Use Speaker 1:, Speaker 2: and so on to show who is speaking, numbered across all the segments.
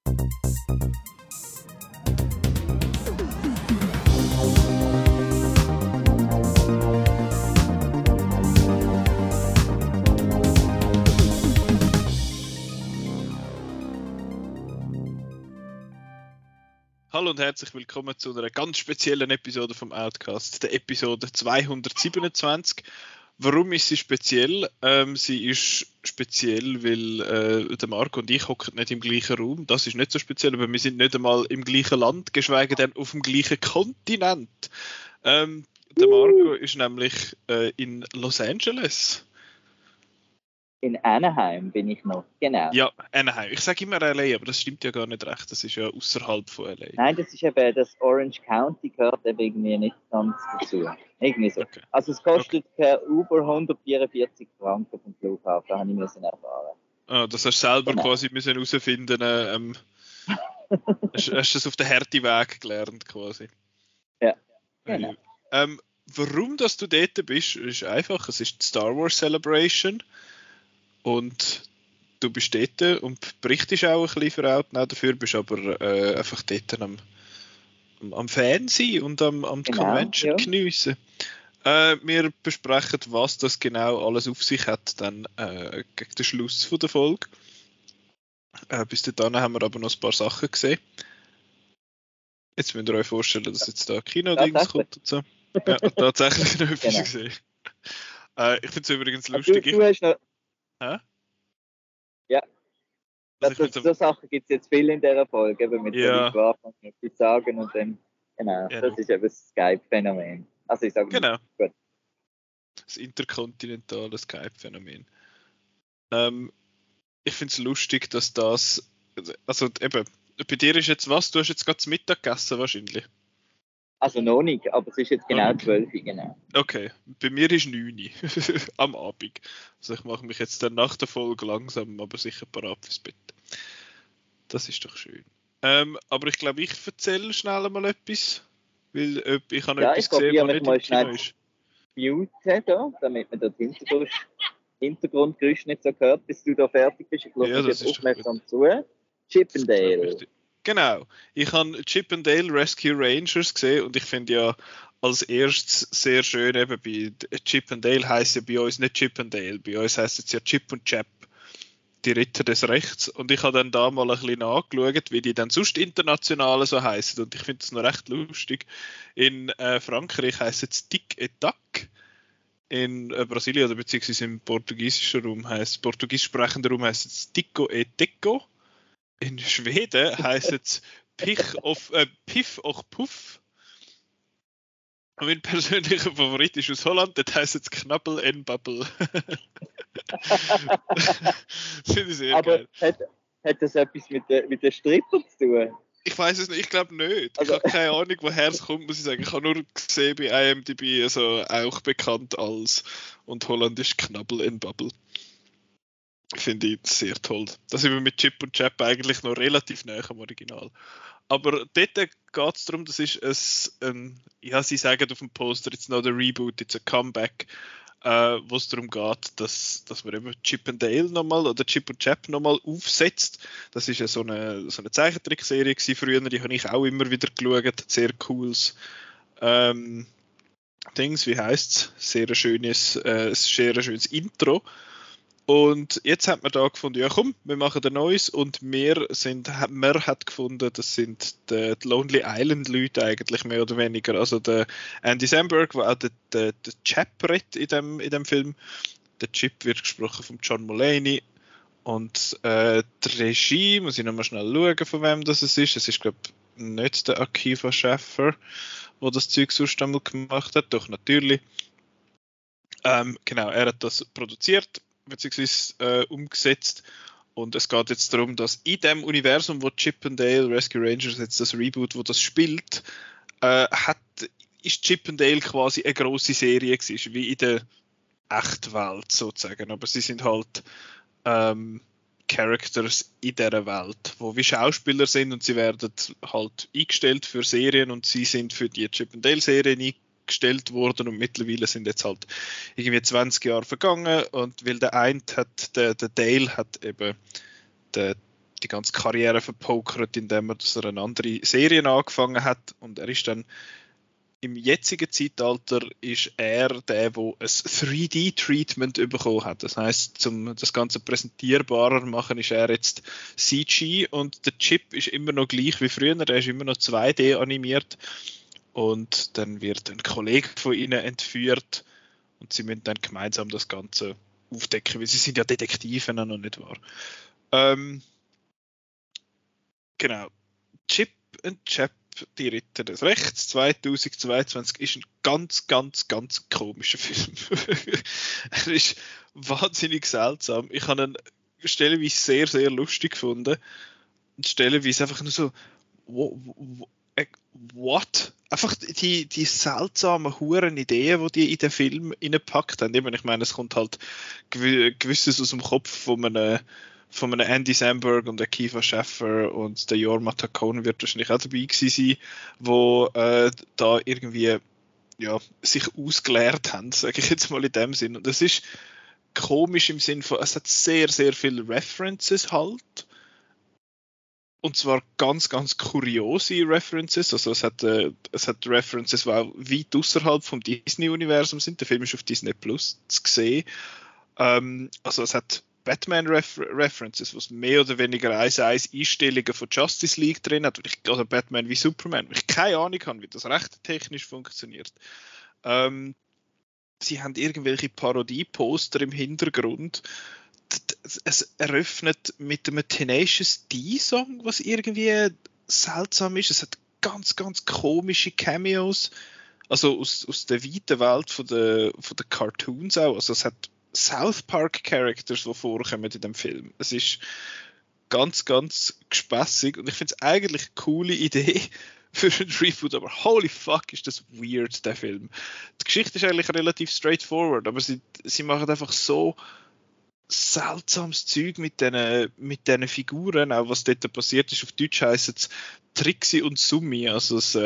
Speaker 1: Hallo und herzlich willkommen zu einer ganz speziellen Episode vom Outcast, der Episode 227. Warum ist sie speziell? Sie ist speziell, weil der Marco und ich hocken nicht im gleichen Raum. Das ist nicht so speziell, aber wir sind nicht einmal im gleichen Land, geschweige denn auf dem gleichen Kontinent. Der Marco ist nämlich in Los Angeles.
Speaker 2: In Anaheim bin ich noch, genau.
Speaker 1: Ja, Anaheim. Ich sage immer LA, aber das stimmt ja gar nicht recht. Das ist ja außerhalb von LA.
Speaker 2: Nein, das ist eben, das Orange County gehört eben irgendwie nicht ganz dazu. Irgendwie so. Okay. Also es kostet per Uber 144 Franken vom Flughafen, habe ich müssen erfahren.
Speaker 1: Ah, das hast du selber quasi müssen herausfinden. Hast du das auf den harten Weg gelernt quasi?
Speaker 2: Ja, genau.
Speaker 1: Warum dass du dort bist, ist einfach. Es ist die Star Wars Celebration. Und du bist dort und berichtest auch ein bisschen verraten dafür, bist aber einfach dort am Fan sein und am Convention geniessen. Wir besprechen, was das genau alles auf sich hat, dann gegen den Schluss von der Folge. Bis dahin haben wir aber noch ein paar Sachen gesehen. Jetzt müsst ihr euch vorstellen, dass jetzt da Kino-Dings kommt und so. Ja, tatsächlich noch etwas gesehen. Ich finde es übrigens lustig.
Speaker 2: Du hast noch...
Speaker 1: Hä?
Speaker 2: Ja. So Sachen gibt es jetzt viel in dieser Folge, eben mit der Leute etwas sagen und dann, genau, ja, das ist eben das Skype-Phänomen. Also ich sage
Speaker 1: genau.
Speaker 2: Gut.
Speaker 1: Das interkontinentale Skype-Phänomen. Ich finde es lustig, dass das, also eben, bei dir ist jetzt was? Du hast jetzt gerade zu Mittag gegessen wahrscheinlich.
Speaker 2: Also noch nicht, aber es ist jetzt genau 12 Uhr, genau.
Speaker 1: Okay, bei mir ist 9 Uhr am Abend. Also ich mache mich jetzt dann nach der Folge langsam, aber sicher parat fürs Bett. Das ist doch schön. Aber ich glaube, ich erzähle schnell mal etwas, weil ich habe etwas gesehen, was nicht im Kino ist.
Speaker 2: Mute da, damit man das Hintergrundgeräusch nicht so hört, bis du da fertig bist. Ich lasse jetzt aufmerksam zu. Chip 'n Dale.
Speaker 1: Genau. Ich habe Chip 'n Dale Rescue Rangers gesehen und ich finde ja als erstes sehr schön, eben bei Chip 'n Dale heisst ja bei uns nicht Chip 'n Dale, bei uns heisst es ja Chip und Chap, die Ritter des Rechts. Und ich habe dann da mal ein bisschen nachgeschaut, wie die dann sonst international so heißen und ich finde es noch recht lustig. In Frankreich heisst es Tic et Tac. In Brasilien oder beziehungsweise im portugiesischen Raum portugiesisch sprechenden Raum heisst es Tico et Teco. In Schweden heisst es Piff och Puff. Und mein persönlicher Favorit ist aus Holland, das heisst es Knabbel en Babbel. Finde ich sehr geil.
Speaker 2: Hat das etwas mit den Strippern zu tun?
Speaker 1: Ich weiß es nicht, ich glaube nicht. Also, ich habe keine Ahnung, woher es kommt, muss ich sagen. Ich habe nur gesehen bei IMDb, also auch bekannt als und holländisch Knabbel en Babbel. Finde ich sehr toll. Da sind wir mit Chip und Chap eigentlich noch relativ nah am Original. Aber dort geht es darum, das ist sie sagen auf dem Poster, it's not a reboot, it's a comeback, wo es darum geht, dass man eben Chip 'n Dale nochmal oder Chip und Chap nochmal aufsetzt. Das ist ja so eine Zeichentrickserie gewesen früher, die habe ich auch immer wieder geschaut, sehr cooles Dings, wie heisst es? Sehr schönes Intro. Und jetzt hat man da gefunden, ja komm, wir machen ein neues und man hat gefunden, das sind die Lonely Island Leute eigentlich mehr oder weniger. Also der Andy Samberg, der auch der Chap redet in dem Film. Der Chip wird gesprochen von John Mulaney. Und die Regie, muss ich nochmal schnell schauen, von wem das ist. Es ist, glaube ich, nicht der Akiva Schaffer, der das Zeug sonst einmal gemacht hat. Doch, natürlich. Genau, er hat das produziert bzw. Umgesetzt und es geht jetzt darum, dass in dem Universum, wo Chip 'n Dale Rescue Rangers jetzt das Reboot, wo das spielt, ist Chip 'n Dale quasi eine grosse Serie gewesen, wie in der Echtwelt sozusagen, aber sie sind halt Characters in dieser Welt, wo wie Schauspieler sind und sie werden halt eingestellt für Serien und sie sind für die Chip 'n Dale Serien eingestellt worden und mittlerweile sind jetzt halt irgendwie 20 Jahre vergangen und weil der eine hat, der Dale hat eben die ganze Karriere verpokert, indem er eine andere Serie angefangen hat, und er ist dann im jetzigen Zeitalter ist er der ein 3D-Treatment bekommen hat. Das heißt, um das Ganze präsentierbarer zu machen, ist er jetzt CG, und der Chip ist immer noch gleich wie früher, er ist immer noch 2D animiert, und dann wird ein Kollege von ihnen entführt und sie müssen dann gemeinsam das Ganze aufdecken, weil sie sind ja Detektive noch nicht wahr. Genau. Chip and Chap, die Ritter des Rechts 2022 ist ein ganz, ganz, ganz komischer Film. Er ist wahnsinnig seltsam. Ich habe ihn stellenweise sehr, sehr lustig gefunden. Und stellenweise einfach nur so what? Einfach die seltsamen huren Ideen, die in den Film reingepackt haben. Ich meine, es kommt halt gewisses aus dem Kopf von einem Andy Samberg und der Kiefer Schaffer, und der Jorma Taccone wird wahrscheinlich auch dabei gewesen sein, wo da irgendwie sich ausgeleert haben, sage ich jetzt mal in dem Sinn. Und das ist komisch im Sinn von, es hat sehr, sehr viele References halt. Und zwar ganz, ganz kuriose References. Also es hat References, die auch weit außerhalb vom Disney-Universum sind. Der Film ist auf Disney Plus zu sehen. Also es hat Batman-References, was mehr oder weniger 1:1 Einstellungen von Justice League drin hat. Also Batman wie Superman. Ich keine Ahnung habe, wie das recht technisch funktioniert. Sie haben irgendwelche Parodie-Poster im Hintergrund. Es eröffnet mit einem Tenacious D-Song, was irgendwie seltsam ist. Es hat ganz, ganz komische Cameos. Also aus der weiten Welt von der Cartoons auch. Also es hat South Park Characters, die vorkommen in dem Film. Es ist ganz, ganz gespässig, und ich finde es eigentlich eine coole Idee für ein Reboot, aber holy fuck, ist das weird, der Film. Die Geschichte ist eigentlich relativ straightforward, aber sie machen einfach so seltsames Zeug mit diesen Figuren, auch was dort passiert ist. Auf Deutsch heisst es Trixie und Summi, also das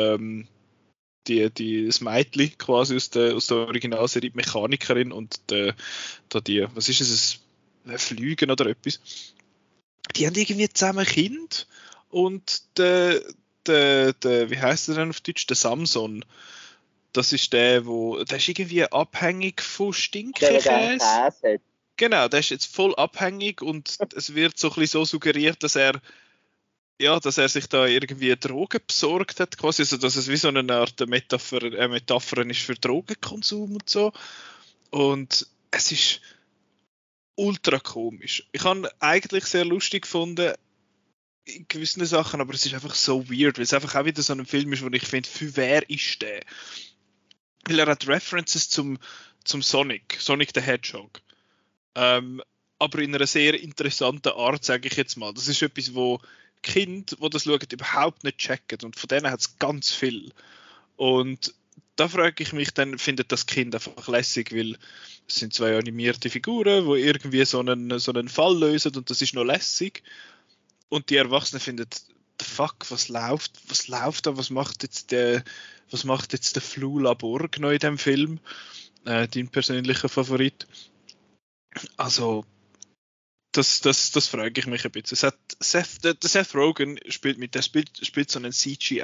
Speaker 1: Mädchen quasi aus der Originalserie, die Mechanikerin, und was ist es, Flügen oder etwas. Die haben irgendwie zusammen Kind, und wie heisst der denn auf Deutsch? Der Samson. Das ist der ist irgendwie abhängig von Stinkekäse. Genau, der ist jetzt voll abhängig, und es wird so ein bisschen so suggeriert, dass er sich da irgendwie Drogen besorgt hat, quasi, also dass es wie so eine Art Metapher ist für Drogenkonsum und so. Und es ist ultra komisch. Ich habe eigentlich sehr lustig gefunden in gewissen Sachen, aber es ist einfach so weird, weil es einfach auch wieder so ein Film ist, wo ich finde, für wer ist der? Weil er hat References zum Sonic the Hedgehog. Aber in einer sehr interessanten Art, sage ich jetzt mal. Das ist etwas, wo Kinder, die das schauen, überhaupt nicht checken. Und von denen hat es ganz viel. Und da frage ich mich dann, findet das Kind einfach lässig, weil es sind zwei animierte Figuren, die irgendwie so einen Fall lösen, und das ist noch lässig. Und die Erwachsenen finden, fuck, was läuft da, was macht jetzt der Flula Borg noch in dem Film? Dein persönlicher Favorit? Also, das frage ich mich ein bisschen. Seth Rogen spielt so einen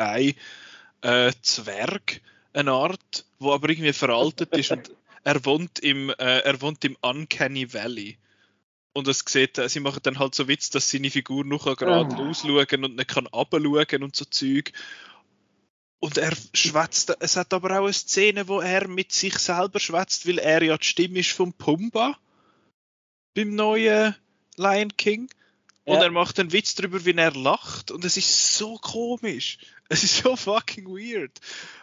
Speaker 1: CGI-Zwerg, eine Art, wo aber irgendwie veraltet ist, und er wohnt im Uncanny Valley. Und sie machen dann halt so Witz, dass seine Figur noch gerade rausschauen und nicht kann runterschauen und so Zeug. Und er schwätzt, es hat aber auch eine Szene, wo er mit sich selber schwätzt, weil er ja die Stimme ist von Pumba beim neuen Lion King. Und er macht einen Witz darüber, wie er lacht. Und es ist so komisch. Es ist so fucking weird.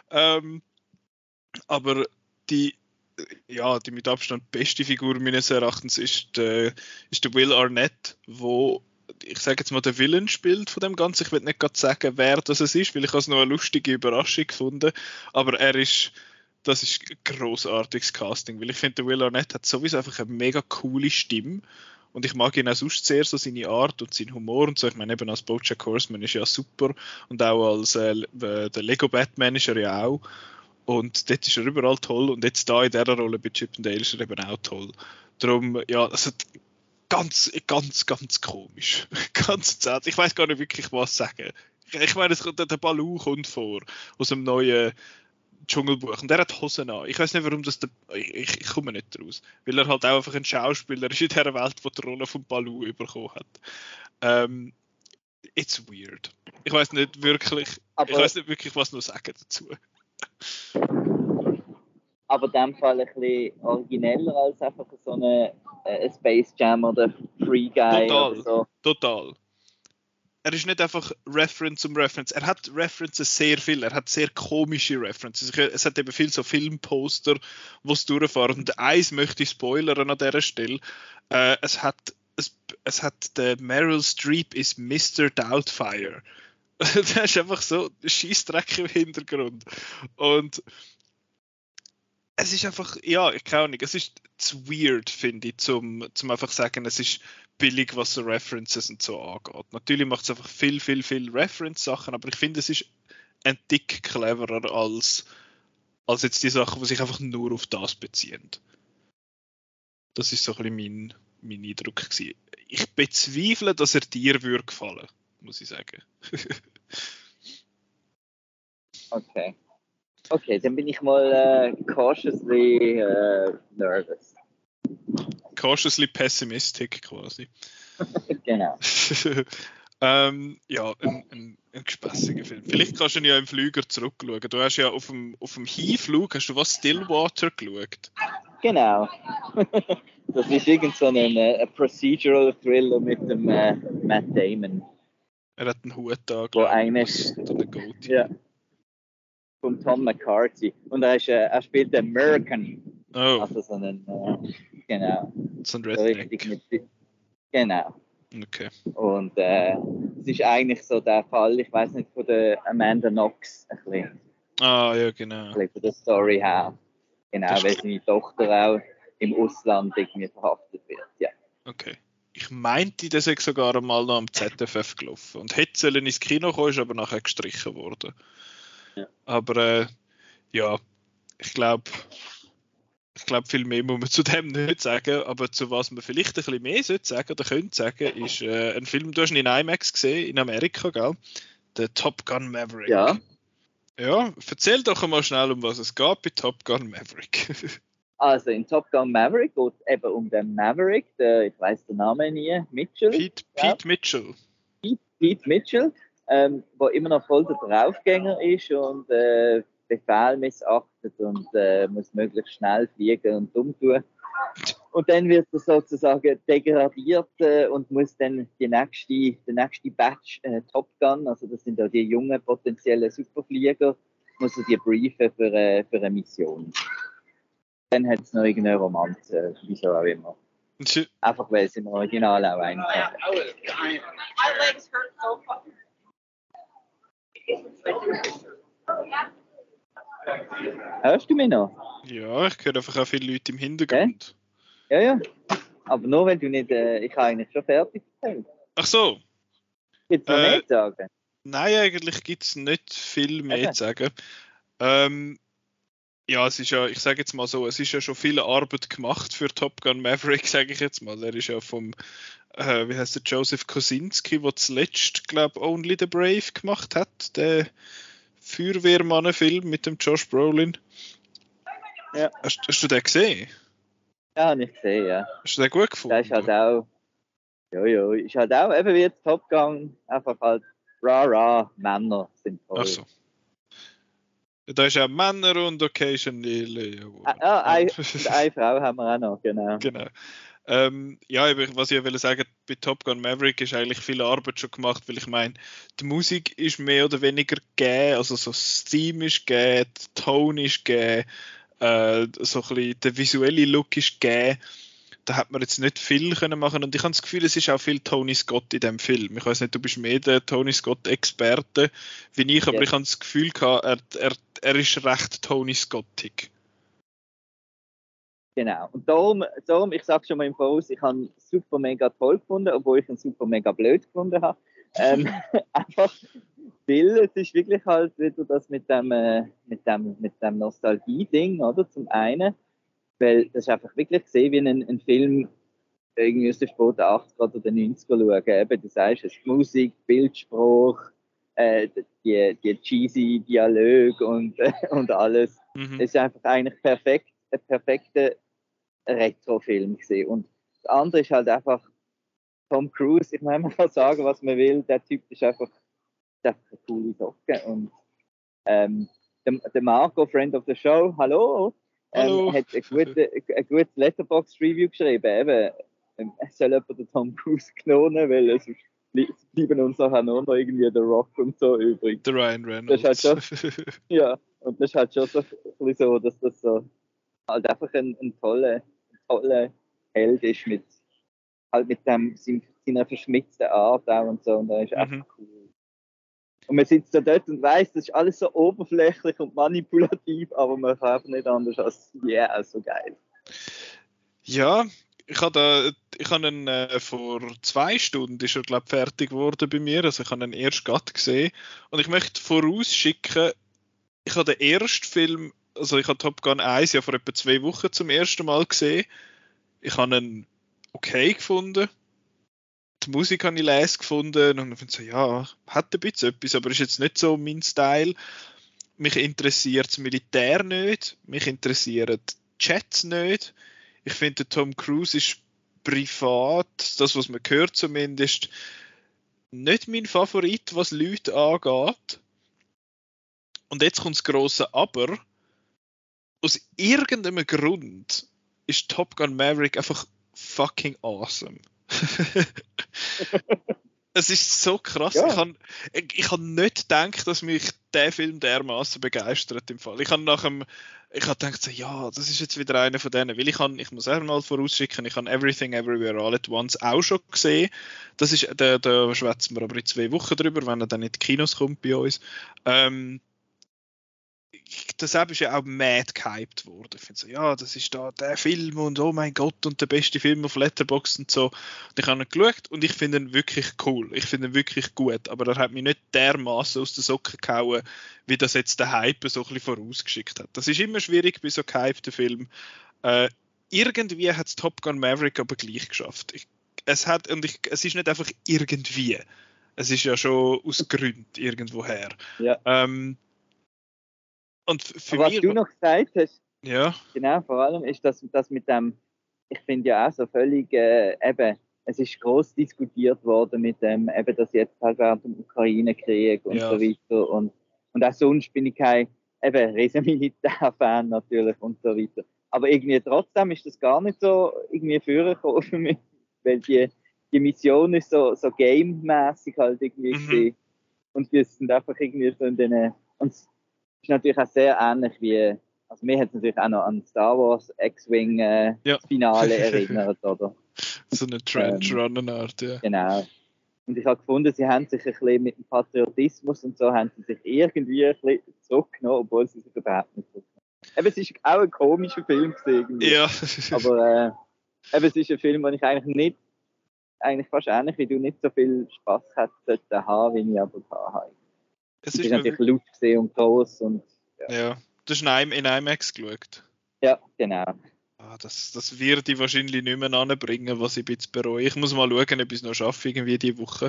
Speaker 1: Aber die mit Abstand beste Figur meines Erachtens ist der Will Arnett, wo, ich sage jetzt mal, der Villain spielt von dem Ganzen. Ich will nicht gerade sagen, wer das ist, weil ich es noch eine lustige Überraschung gefunden. Aber das ist ein grossartiges Casting, weil ich finde, der Will Arnett hat sowieso einfach eine mega coole Stimme. Und ich mag ihn auch sonst sehr, so seine Art und seinen Humor und so. Ich meine, eben als BoJack Horseman ist ja super. Und auch als der Lego Batman ist er ja auch. Und dort ist er überall toll. Und jetzt da in dieser Rolle bei Chip and Dale ist er eben auch toll. Darum, ja, also ganz, ganz, ganz komisch. Ganz zart. Ich weiß gar nicht wirklich, was sagen. Ich meine, der Baloo kommt vor aus dem neuen Dschungelbuch und der hat Hosen an. Ich weiß nicht, warum das ich komme nicht raus. Weil er halt auch einfach ein Schauspieler ist in dieser Welt, der die Rolle von Baloo bekommen hat. It's weird. Ich weiß nicht wirklich, was noch sagen dazu.
Speaker 2: Aber in dem Fall ein bisschen origineller als einfach so eine Space Jam oder Free Guy oder so.
Speaker 1: Total. Er ist nicht einfach Reference um Reference. Er hat References sehr viel. Er hat sehr komische References. Es hat eben viel so Filmposter, wo es durchfahren. Und eins möchte ich spoilern an dieser Stelle. Es hat der Meryl Streep ist Mr. Doubtfire. Das ist einfach so ein Scheissdreck im Hintergrund. Und es ist einfach, ja, ich kann auch nicht, es ist zu weird, finde ich, zum einfach sagen, es ist billig, was so References und so angeht. Natürlich macht es einfach viel Reference-Sachen, aber ich finde, es ist ein Tick cleverer als jetzt die Sachen, die sich einfach nur auf das beziehen. Das ist so ein bisschen mein Eindruck gewesen. Ich bezweifle, dass er dir würde gefallen, muss ich sagen.
Speaker 2: Okay, dann bin ich mal cautiously nervous.
Speaker 1: Cautiously pessimistic quasi.
Speaker 2: Genau.
Speaker 1: Ja, ein gespässiger Film. Vielleicht kannst du ihn ja im Flüger zurückschauen. Du hast ja auf dem Hinflug, hast du was Stillwater geschaut?
Speaker 2: Genau. Das ist irgend so ein Procedural Thriller mit dem Matt Damon.
Speaker 1: Er hat einen Hut da,
Speaker 2: glaube ich. Ja. Von Tom McCarthy. Und er spielt den American.
Speaker 1: Oh.
Speaker 2: Also so einen, genau.
Speaker 1: So ein Redneck.
Speaker 2: Genau.
Speaker 1: Okay.
Speaker 2: Und es ist eigentlich so der Fall, ich weiß nicht, von der Amanda Knox ein bisschen.
Speaker 1: Ah, ja, genau.
Speaker 2: Ein bisschen von der Story her. Genau, weil seine Tochter auch im Ausland irgendwie verhaftet wird, ja.
Speaker 1: Okay. Ich meinte, das ist sogar einmal noch am ZFF gelaufen. Und hätte sollen ins Kino kommen, ist aber nachher gestrichen worden. Ja. Aber ja, ich glaube, viel mehr muss man zu dem nicht sagen. Aber zu was man vielleicht ein bisschen mehr sollte sagen oder könnte sagen, ist ein Film, du hast ihn in IMAX gesehen, in Amerika, gell? Der Top Gun Maverick.
Speaker 2: Ja.
Speaker 1: Ja, erzähl doch einmal schnell, um was es geht bei Top Gun Maverick.
Speaker 2: Also in Top Gun Maverick geht es eben um den Maverick, ich weiß den Namen nie, Mitchell.
Speaker 1: Pete Mitchell.
Speaker 2: Pete Mitchell, der immer noch voll der Draufgänger ist und Befehl missachtet und muss möglichst schnell fliegen und umtun. Und dann wird er sozusagen degradiert und muss dann den nächste Batch Top Gun, also das sind ja die jungen potenziellen Superflieger, muss er die briefen für eine Mission. Dann hat es noch irgendeine Romanze, wieso auch immer. Einfach weil es im Original auch einfach. Hörst du mich noch?
Speaker 1: Ja, ich höre einfach auch viele Leute im Hintergrund.
Speaker 2: Ja. Aber nur wenn du nicht, ich habe eigentlich schon fertig erzählt.
Speaker 1: Ach so.
Speaker 2: Gibt es noch mehr zu sagen?
Speaker 1: Nein, eigentlich gibt es nicht viel mehr zu sagen. Ja, es ist ja, ich sage jetzt mal so, es ist ja schon viel Arbeit gemacht für Top Gun Maverick, sage ich jetzt mal. Er ist ja vom, wie heißt der, Joseph Kosinski, der zuletzt, glaube ich, Only the Brave gemacht hat, der Feuerwehrmann-Film mit dem Josh Brolin.
Speaker 2: Ja.
Speaker 1: Hast du den gesehen?
Speaker 2: Ja, habe ich gesehen, ja.
Speaker 1: Hast du den gut gefunden?
Speaker 2: Der ist halt auch, ist halt auch, eben wie jetzt Top Gun, einfach halt Männer sind voll.
Speaker 1: Ach so. Da ist ja Männer und occasionally.
Speaker 2: Eine Frau haben wir auch noch, genau.
Speaker 1: Ja, was ich will sagen, bei Top Gun Maverick ist eigentlich viel Arbeit schon gemacht, weil ich meine, die Musik ist mehr oder weniger gegeben, also so das Theme ist gegeben, der Ton ist gegeben, so ein bisschen der visuelle Look ist gegeben. Da hat man jetzt nicht viel können machen und ich habe das Gefühl, es ist auch viel Tony Scott in dem Film. Ich weiß nicht, du bist mehr der Tony Scott-Experte wie ich, aber ich habe das Gefühl gehabt, er ist recht Tony Scottig.
Speaker 2: Genau. Und darum, ich sage schon mal im Voraus, ich habe ihn super mega toll gefunden, obwohl ich ihn super mega blöd gefunden habe. Einfach, weil es ist wirklich halt wieder das mit dem Nostalgie-Ding, oder? Zum einen, weil das ist einfach wirklich gesehen wie ein Film, irgendwie aus den späten 80er oder den 90er schauen. Eben, du sagst es, die Musik, Bildspruch, die cheesy Dialoge und alles.
Speaker 1: Mhm.
Speaker 2: Es ist einfach eigentlich ein perfekter Retrofilm gewesen. Und das andere ist halt einfach Tom Cruise. Ich meine, man kann sagen, was man will. Der Typ ist einfach eine coole Socke. Und der Marco, Friend of the Show, hallo,
Speaker 1: Hallo.
Speaker 2: hat ein gutes Letterboxd-Review geschrieben. Eben, es soll jemand den Tom Cruise klonen, weil es bleiben uns nachher nur noch irgendwie der Rock und so übrig.
Speaker 1: Der Ryan
Speaker 2: Das
Speaker 1: Reynolds.
Speaker 2: ist halt schon, ja, und das ist halt schon so ein bisschen so, dass das so halt einfach ein toller Held ist mit seiner verschmitzten Art auch und so. Und das ist einfach cool. Und man sitzt da dort und weiss, das ist alles so oberflächlich und manipulativ, aber man kann einfach nicht anders als so geil.
Speaker 1: Ja, ich habe ihn vor 2 Stunden ist er, glaube fertig geworden bei mir. Also ich habe ihn erst gerade gesehen. Und ich möchte vorausschicken, ich habe den ersten Film, also ich habe Top Gun 1 ja vor etwa 2 Wochen zum ersten Mal gesehen. Ich habe ihn okay gefunden. Die Musik habe ich leise gefunden und ich finde so, ja, hat ein bisschen etwas, aber ist jetzt nicht so mein Style. Mich interessiert das Militär nicht, mich interessieren die Jets nicht. Ich finde, Tom Cruise ist privat, das, was man hört zumindest, nicht mein Favorit, was Leute angeht. Und jetzt kommt das grosse Aber. Aus irgendeinem Grund ist Top Gun Maverick einfach fucking awesome. Es ist so krass. Ja. Ich hab nicht gedacht, dass mich der Film dermaßen begeistert im Fall. Ich habe gedacht, so, ja, das ist jetzt wieder einer von denen. Weil ich muss einmal vorausschicken, ich habe Everything Everywhere All at Once auch schon gesehen. Das ist, da schwätzen wir aber in 2 Wochen drüber, wenn er dann in die Kinos kommt bei uns. Deshalb ist ja auch mad gehypt worden. Ich finde so, ja, das ist da der Film und oh mein Gott und der beste Film auf Letterboxd und so. Und ich habe ihn geschaut und ich finde ihn wirklich cool. Ich finde ihn wirklich gut. Aber er hat mich nicht dermaßen aus den Socken gehauen, wie das jetzt der Hype so ein bisschen vorausgeschickt hat. Das ist immer schwierig bei so gehypten Filmen. Irgendwie hat es Top Gun Maverick aber gleich geschafft. Es ist nicht einfach irgendwie. Es ist ja schon aus Gründen irgendwoher.
Speaker 2: Ja.
Speaker 1: Und für
Speaker 2: was
Speaker 1: mich,
Speaker 2: du noch gesagt hast,
Speaker 1: ja.
Speaker 2: Genau, vor allem ist das mit dem, ich finde ja auch so völlig, eben, es ist groß diskutiert worden mit dem, eben, dass jetzt halt während dem Ukraine-Krieg und so weiter und auch sonst bin ich kein, eben, riesen Militär-Fan natürlich und so weiter. Aber irgendwie trotzdem ist das gar nicht so irgendwie vorgekommen für mich, weil die Mission ist so game-mäßig halt irgendwie gesehen. Und wir sind einfach irgendwie so in den, und es ist natürlich auch sehr ähnlich wie, also mir hat es natürlich auch noch an Star Wars X-Wing Finale erinnert, oder?
Speaker 1: So eine Trench-Runner-Art, ja.
Speaker 2: Genau. Und ich habe gefunden, sie haben sich ein bisschen mit dem Patriotismus und so, haben sie sich irgendwie ein bisschen zurückgenommen, obwohl sie sich überhaupt nicht zurückgenommen. Eben, es ist auch ein komischer Film gewesen,
Speaker 1: Ja.
Speaker 2: Aber eben, es ist ein Film, wo ich eigentlich fast ähnlich wie du nicht so viel Spaß hätte haben, wie ich aber habe. Es ist natürlich laut gesehen und groß und
Speaker 1: ja. Du hast in IMAX geschaut?
Speaker 2: Ja, genau.
Speaker 1: Das wird ich wahrscheinlich nicht mehr anbringen, was ich ein bisschen bereue. Ich muss mal schauen, ob ich es noch schaffe, irgendwie diese Woche.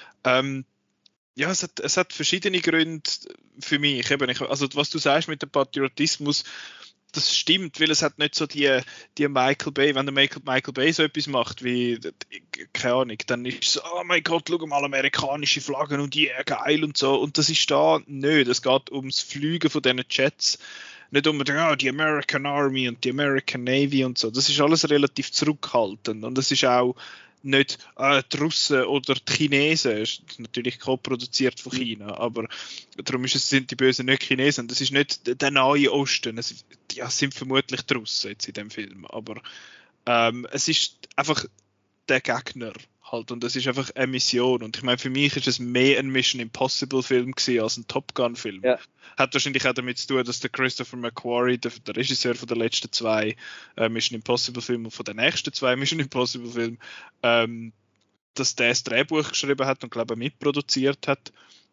Speaker 1: Ja, es hat verschiedene Gründe für mich. Also was du sagst mit dem Patriotismus, das stimmt, weil es hat nicht so die Michael Bay, wenn der Michael Bay so etwas macht wie, keine Ahnung, dann ist es so, oh mein Gott, schau mal, amerikanische Flaggen und geil und so. Und das ist da nicht. Es geht ums Fliegen von diesen Jets. Nicht unbedingt, die American Army und die American Navy und so. Das ist alles relativ zurückhaltend. Und es ist auch nicht die Russen oder die Chinesen, ist natürlich co-produziert von China, aber darum sind die Bösen nicht Chinesen. Das ist nicht der Nahe Osten. Es sind vermutlich die Russen jetzt in dem Film, aber es ist einfach der Gegner halt und es ist einfach eine Mission und ich meine, für mich ist es mehr ein Mission Impossible Film gewesen als ein Top Gun Film.
Speaker 2: Ja.
Speaker 1: Hat wahrscheinlich auch damit zu tun, dass der Christopher McQuarrie, der Regisseur von den letzten 2 Mission Impossible Filmen und von den nächsten 2 Mission Impossible Filmen, dass der das Drehbuch geschrieben hat und glaube ich mitproduziert hat.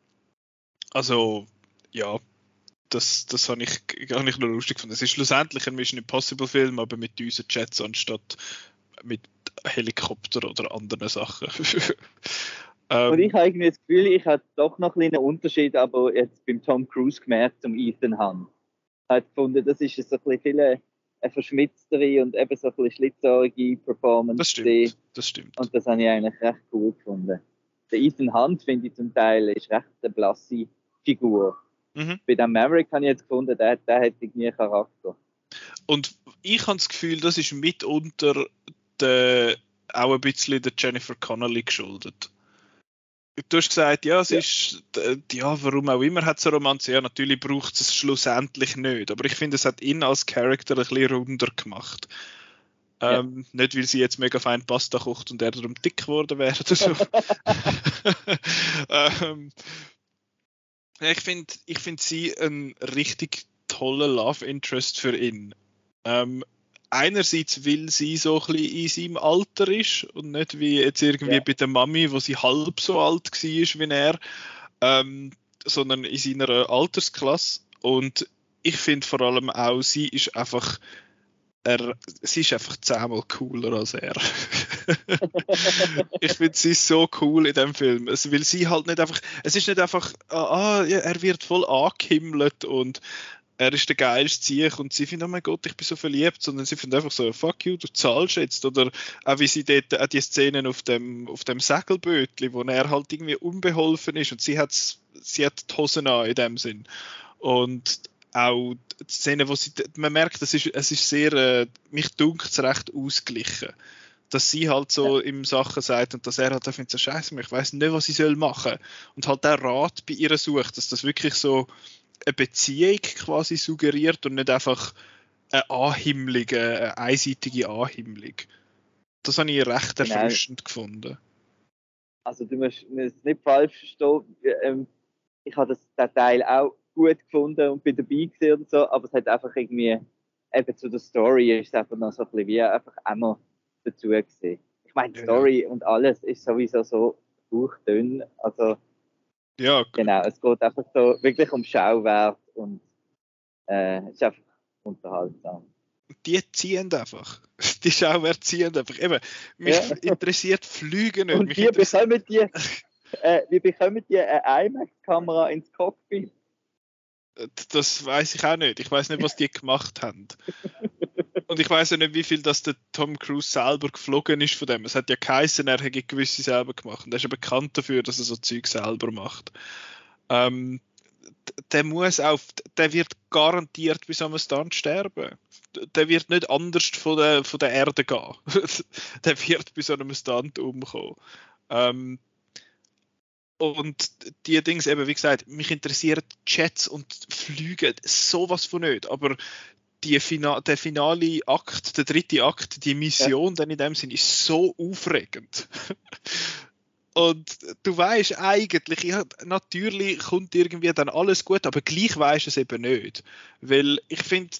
Speaker 1: Also ja, das habe ich noch lustig gefunden. Es ist schlussendlich ein Mission Impossible Film, aber mit unseren Jets anstatt mit Helikopter oder anderen Sachen.
Speaker 2: Und ich habe irgendwie das Gefühl, ich habe doch noch einen kleinen Unterschied, aber jetzt beim Tom Cruise gemerkt zum Ethan Hunt. Ich habe gefunden, das ist so ein bisschen eine verschmitztere und eben so ein bisschen schlitzohrige Performance.
Speaker 1: Das stimmt.
Speaker 2: Und das habe ich eigentlich recht cool gefunden. Der Ethan Hunt, finde ich zum Teil, ist recht eine blasse Figur. Bei dem Maverick habe ich jetzt gefunden, der hat irgendwie Charakter.
Speaker 1: Und ich habe das Gefühl, das ist mitunter auch ein bisschen der Jennifer Connelly geschuldet. Du hast gesagt, ja, es ist, ja, warum auch immer hat es eine Romanze. Ja, natürlich braucht es schlussendlich nicht. Aber ich finde, es hat ihn als Charakter ein bisschen runder gemacht. Nicht, weil sie jetzt mega fein Pasta kocht und er darum dick geworden wäre oder so. Ich finde sie ein richtig toller Love Interest für ihn. Einerseits, weil sie so ein bisschen in seinem Alter ist und nicht wie jetzt irgendwie bei der Mami, wo sie halb so alt war wie er, sondern in seiner Altersklasse. Und ich finde vor allem auch, sie ist einfach 10-mal cooler als er. Ich finde sie so cool in dem Film. Weil sie halt nicht einfach, es ist nicht einfach, er wird voll angehimmelt und er ist der geilste Ziech und sie findet, oh mein Gott, ich bin so verliebt, sondern sie findet einfach so, fuck you, du zahlst jetzt. Oder auch wie sie dort, auch die Szenen auf dem Segelbötli, wo er halt irgendwie unbeholfen ist und sie hat die Hosen an in dem Sinn. Und auch die Szene, wo man merkt, es ist sehr, mich dunkt es recht ausgeglichen. Dass sie halt so im Sachen sagt und dass er halt findet, so scheiße, ich weiß nicht, was ich soll machen. Und halt der Rat bei ihr sucht, dass das wirklich so eine Beziehung quasi suggeriert und nicht einfach eine Anhimmlung, eine einseitige Anhimmlung. Das habe ich recht erfrischend gefunden.
Speaker 2: Also du musst nicht falsch verstehen. Ich habe den Teil auch gut gefunden und bin dabei gewesen und so, aber es hat einfach irgendwie, eben zu der Story ist es einfach noch so ein bisschen wie einfach immer dazu gewesen. Ich meine, die Story und alles ist sowieso so hauchdünn, also
Speaker 1: ja,
Speaker 2: genau, es geht einfach so wirklich um Schauwert und es ist einfach unterhaltsam.
Speaker 1: Die ziehen einfach. Die Schauwerte ziehen einfach. Eben, mich interessiert Flüge nicht.
Speaker 2: Und wie bekommen die eine IMAX-Kamera ins Cockpit?
Speaker 1: Das weiß ich auch nicht. Ich weiß nicht, was die gemacht haben. Und ich weiß auch nicht, wie viel das der Tom Cruise selber geflogen ist von dem. Es hat ja geheißen, er hätte gewisse selber gemacht. Und er ist ja bekannt dafür, dass er so Zeug selber macht. Der wird garantiert bei so einem Stunt sterben. Der wird nicht anders von der Erde gehen. Der wird bei so einem Stunt umkommen. Und die Dings eben, wie gesagt, mich interessieren Jets und Flüge sowas von nicht. Aber der finale Akt, der dritte Akt, die Mission dann in dem Sinn ist so aufregend. Und du weißt eigentlich, natürlich kommt irgendwie dann alles gut, aber gleich weisst du es eben nicht. Weil ich finde,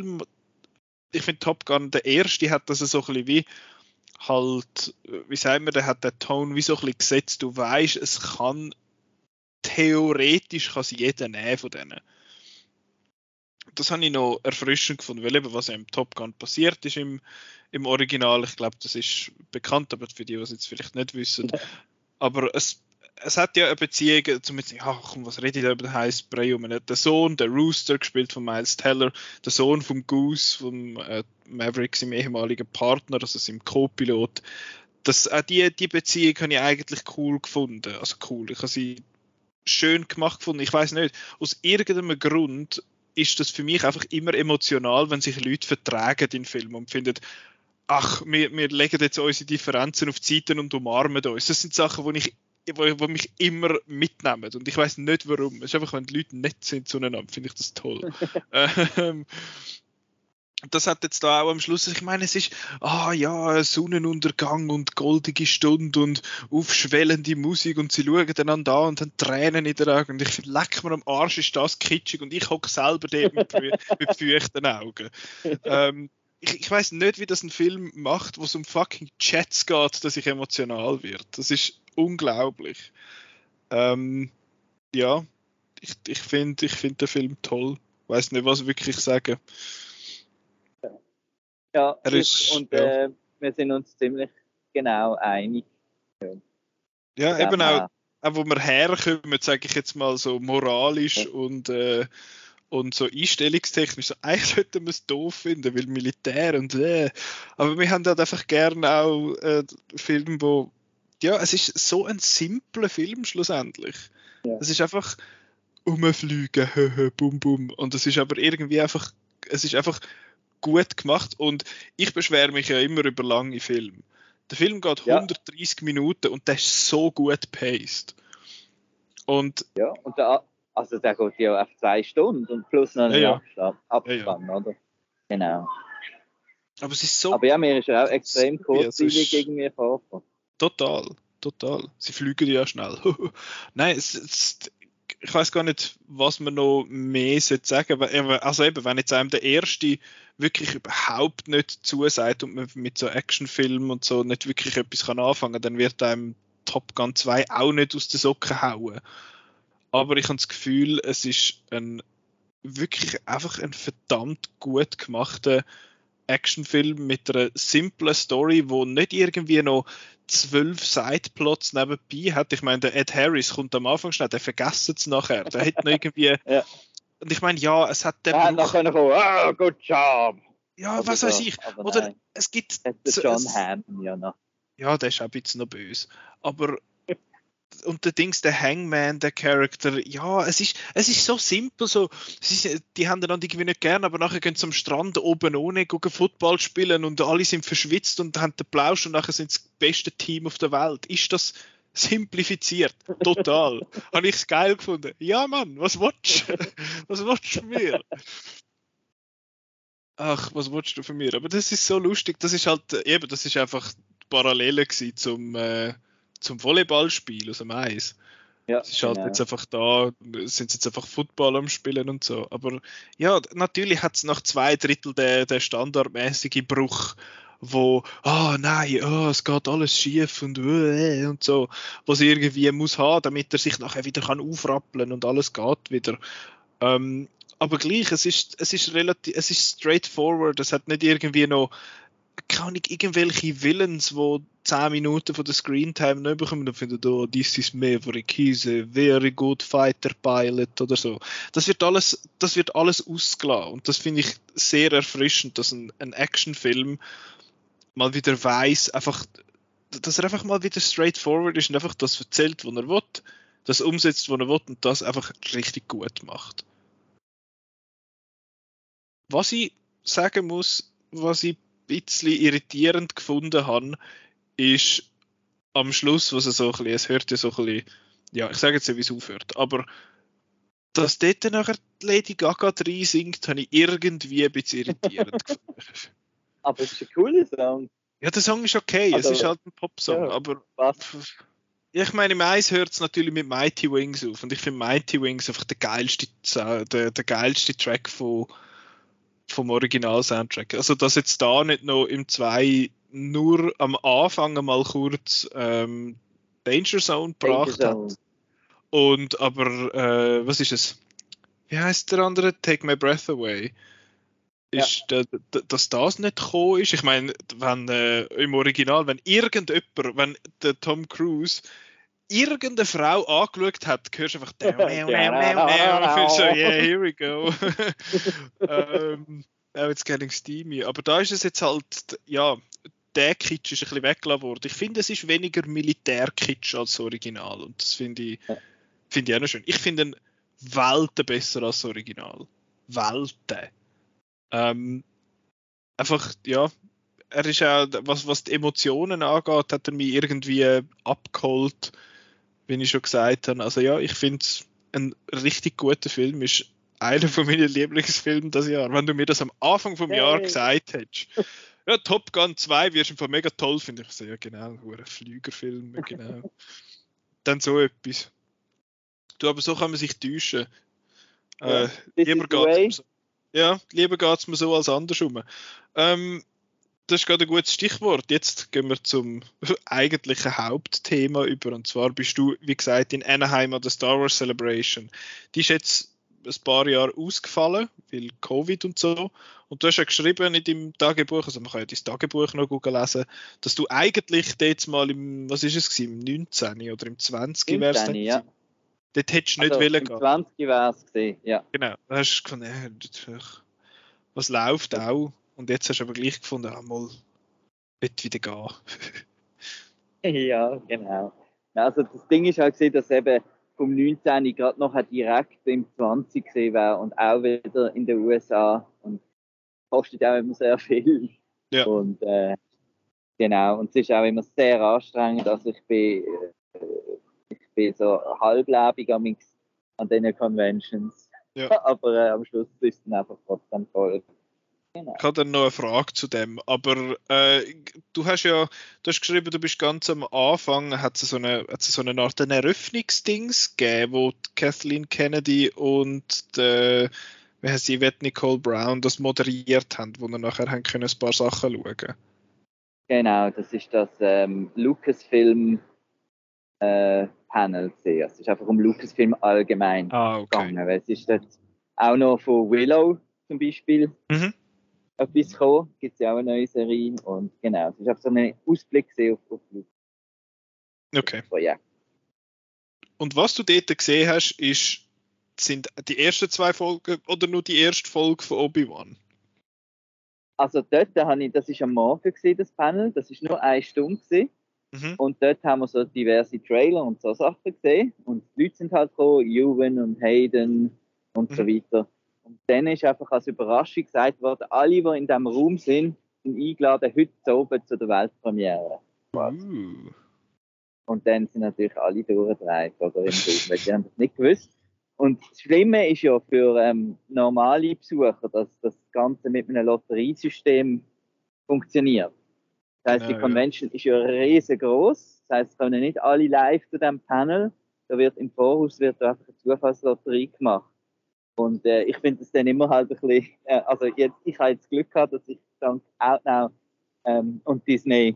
Speaker 1: Top Gun, der erste hat das so ein bisschen wie halt, wie sagen wir, der hat den Ton wie so ein bisschen gesetzt. Du weißt, es kann theoretisch jeder nehmen von denen. Das habe ich noch erfrischend gefunden, weil eben was im Top Gun passiert ist im Original, ich glaube, das ist bekannt, aber für die, die es jetzt vielleicht nicht wissen, aber es hat ja eine Beziehung, zumindest, was rede ich da über den heißen Brei um? Der Sohn, der Rooster, gespielt von Miles Teller, der Sohn vom Goose, vom Maverick, seinem ehemaligen Partner, also seinem Co-Pilot. Die Beziehung habe ich eigentlich cool gefunden. Also cool, ich habe sie schön gemacht gefunden. Ich weiß nicht, aus irgendeinem Grund ist das für mich einfach immer emotional, wenn sich Leute vertragen in Filmen und finden, wir legen jetzt unsere Differenzen auf die Seite und umarmen uns. Das sind Sachen, die mich immer mitnehmen. Und ich weiß nicht warum. Es ist einfach, wenn die Leute nett sind zueinander, finde ich das toll. Das hat jetzt da auch am Schluss, ich meine, es ist, Sonnenuntergang und goldige Stunde und aufschwellende Musik und sie schauen einander an und haben Tränen in den Augen und ich finde, leck mir am Arsch, ist das kitschig und ich hocke selber dort mit feuchten Augen. Ich weiß nicht, wie das ein Film macht, wo es um fucking Jets geht, dass ich emotional werde. Das ist unglaublich. Ich finde den Film toll. Ich weiß nicht, was wirklich sagen.
Speaker 2: Ja, wir sind uns ziemlich genau einig.
Speaker 1: Ja,
Speaker 2: Von
Speaker 1: eben
Speaker 2: dem her.
Speaker 1: auch wo wir herkommen, sage ich jetzt mal so moralisch und so einstellungstechnisch. So, eigentlich sollten wir es doof finden, weil Militär und aber wir haben halt einfach gerne auch Filme, wo ja, es ist so ein simpler Film schlussendlich.
Speaker 2: Ja.
Speaker 1: Es ist einfach umfliegen, bum bum. Und es ist aber irgendwie einfach, es ist einfach gut gemacht und ich beschwere mich ja immer über lange Filme. Der Film geht
Speaker 2: Ja.
Speaker 1: 130 Minuten und der ist so gut paced. Und
Speaker 2: Ja, und der geht ja auf 2 Stunden und plus noch einen
Speaker 1: Ja.
Speaker 2: Abspann, oder? Genau.
Speaker 1: aber es ist so
Speaker 2: Aber ja, mir ist er auch extrem
Speaker 1: es
Speaker 2: kurzweilig
Speaker 1: ist
Speaker 2: irgendwie vorgekommen.
Speaker 1: total. Sie fliegen ja schnell. Nein, ich weiß gar nicht, was man noch mehr sagen sollte. Also eben, wenn jetzt einem der erste wirklich überhaupt nicht zusagt und man mit so Actionfilmen und so nicht wirklich etwas kann anfangen, dann wird einem Top Gun 2 auch nicht aus den Socken hauen. Aber ich habe das Gefühl, es ist wirklich einfach ein verdammt gut gemachter Actionfilm mit einer simplen Story, wo nicht irgendwie noch 12 Sideplots nebenbei hat. Ich meine, der Ed Harris kommt am Anfang schnell, der vergessen es nachher. Der hat noch irgendwie.
Speaker 2: Ja.
Speaker 1: Und ich meine, ja, es hat den
Speaker 2: Er hat noch können kommen, good job.
Speaker 1: Ja,
Speaker 2: Oder
Speaker 1: was
Speaker 2: so,
Speaker 1: weiß ich.
Speaker 2: aber
Speaker 1: Oder
Speaker 2: nein.
Speaker 1: es gibt.
Speaker 2: Hat der John Hamm ja noch.
Speaker 1: Ja, der ist auch ein bisschen noch böse. Aber. Und der Dings, der Hangman, der Charakter, ja, es ist so simpel, so, die haben den irgendwie nicht gern, aber nachher gehen sie am Strand oben ohne, gucken Football spielen und alle sind verschwitzt und haben den Plausch und nachher sind sie das beste Team auf der Welt. Ist das simplifiziert? Total. Habe ich es geil gefunden. Ja, Mann, was willst du? Was willst du von mir? Ach, was willst du von mir? Aber das ist so lustig, das ist halt, eben, das ist einfach Parallele gewesen zum Volleyballspiel aus dem Eis.
Speaker 2: Ja,
Speaker 1: Es ist halt
Speaker 2: genau.
Speaker 1: jetzt einfach da, sind sie jetzt einfach Football am Spielen und so. Aber ja, natürlich hat es nach 2 Drittel der standardmäßige Bruch, wo, nein, es geht alles schief und so, was er irgendwie muss haben, damit er sich nachher wieder kann aufrappeln und alles geht wieder. Aber gleich, es ist relativ, es ist straightforward, es hat nicht irgendwie noch keine Ahnung, irgendwelche Villains, die 10 Minuten von der Screentime nicht bekommen und finden, oh, this is Maverick, he's a very good fighter pilot oder so. Das wird alles ausgelassen und das finde ich sehr erfrischend, dass ein Actionfilm mal wieder weiss, einfach, dass er einfach mal wieder straightforward ist und einfach das erzählt, was er will, das umsetzt, was er will und das einfach richtig gut macht. Was ich sagen muss, was ich ein bisschen irritierend gefunden habe, ist am Schluss, was so ein bisschen, es hört ja so ein bisschen, ja, ich sage jetzt nicht, wie es aufhört, aber dass dort nachher Lady Gaga rein singt, habe ich irgendwie ein bisschen irritierend gefunden.
Speaker 2: Aber es ist ein cooler Song.
Speaker 1: Ja, der Song ist okay,
Speaker 2: Also,
Speaker 1: es ist halt ein Popsong,
Speaker 2: ja,
Speaker 1: aber
Speaker 2: was?
Speaker 1: ich meine, im Eis hört es natürlich mit Mighty Wings auf und ich finde Mighty Wings einfach der geilste Track vom Original-Soundtrack. Also, dass jetzt da nicht noch im 2 nur am Anfang mal kurz Danger Zone gebracht hat. Und aber, was ist es? Wie heißt der andere? Take My Breath Away. Ist, dass das nicht gekommen ist. Ich meine, wenn im Original, wenn der Tom Cruise irgendeine Frau angeschaut hat, hörst du einfach so, yeah, here we go. Now it's getting steamy. Aber da ist es jetzt halt, ja, der Kitsch ist ein bisschen weggelassen worden. Ich finde, es ist weniger Militärkitsch als das Original. Und das finde ich auch noch schön. Ich finde ihn Welten besser als das Original. Welten. Einfach, ja, er ist auch, was die Emotionen angeht, hat er mich irgendwie abgeholt, wie ich schon gesagt habe. Also ja, ich finde es ein richtig guter Film, ist einer von meinen Lieblingsfilmen das Jahr. Wenn du mir das am Anfang vom Jahr gesagt hättest, ja, Top Gun 2 wirst du einfach mega toll finden. Ich so, ja genau, ein Flügerfilm, genau. Dann so etwas. Du, aber so kann man sich täuschen. Lieber geht's mir so als andersrum. Das ist gerade ein gutes Stichwort. Jetzt gehen wir zum eigentlichen Hauptthema über. Und zwar bist du, wie gesagt, in Anaheim an der Star Wars Celebration. Die ist jetzt ein paar Jahre ausgefallen, weil Covid und so. Und du hast ja geschrieben in deinem Tagebuch, also man kann ja dein Tagebuch noch lesen, dass du eigentlich dort mal was ist es gewesen, im 19. oder im 20. wär's
Speaker 2: 19,
Speaker 1: dann
Speaker 2: ja.
Speaker 1: gewesen. Dort hättest du nicht
Speaker 2: Also
Speaker 1: wollen
Speaker 2: im
Speaker 1: gehen.
Speaker 2: 20 wäre es gesehen, ja.
Speaker 1: Genau, da hast du gefunden, was läuft auch. Und jetzt hast du aber gleich gefunden, mal nicht wieder gehen.
Speaker 2: Ja, genau. Also das Ding ist halt gesehen, dass eben vom 19. gerade noch direkt im 20 gesehen wäre und auch wieder in den USA und kostet auch immer sehr viel.
Speaker 1: Ja.
Speaker 2: Und genau, und es ist auch immer sehr anstrengend. Also ich bin so halblebig an diesen Conventions.
Speaker 1: Ja.
Speaker 2: Aber am Schluss ist es dann einfach trotzdem toll. Genau.
Speaker 1: Ich habe dann noch eine Frage zu dem, aber du hast geschrieben, du bist ganz am Anfang, hat es so eine Art ein Eröffnungsdings gegeben, wo Kathleen Kennedy und wie heißt sie, Nicole Brown das moderiert haben, wo dann nachher haben können ein paar Sachen schauen.
Speaker 2: Genau, das ist das Lucasfilm Panel gesehen. Es ist einfach um Lucasfilm allgemein gegangen. Weil es ist dort auch noch von Willow zum Beispiel etwas gekommen. Gibt es ja auch eine neue Serie. Und genau, es ist einfach so ein Ausblick gesehen auf Lucasfilm.
Speaker 1: Okay.
Speaker 2: Projekt.
Speaker 1: Und was du dort gesehen hast, sind die ersten 2 Folgen oder nur die erste Folge von Obi-Wan?
Speaker 2: Also dort das ist am Morgen gesehen, das Panel. Das ist nur 1 Stunde gewesen. Und dort haben wir so diverse Trailer und so Sachen gesehen. Und die Leute sind halt gekommen, Ewan und Hayden und so weiter. Und dann ist einfach als Überraschung gesagt worden, alle, die in diesem Raum sind eingeladen heute oben zu der Weltpremiere. Und dann sind natürlich alle durchgedreht oder im Raum, weil die haben das nicht gewusst. Und das Schlimme ist ja für normale Besucher, dass das Ganze mit einem Lotteriesystem funktioniert. Das heisst, die Convention ist ja riesengroß. Das heisst, es können nicht alle live zu diesem Panel. Da wird im Voraus einfach eine Zufallslotterie gemacht. Und ich finde es dann immer halt ein bisschen, ich habe jetzt Glück gehabt, dass ich dank Outnow und Disney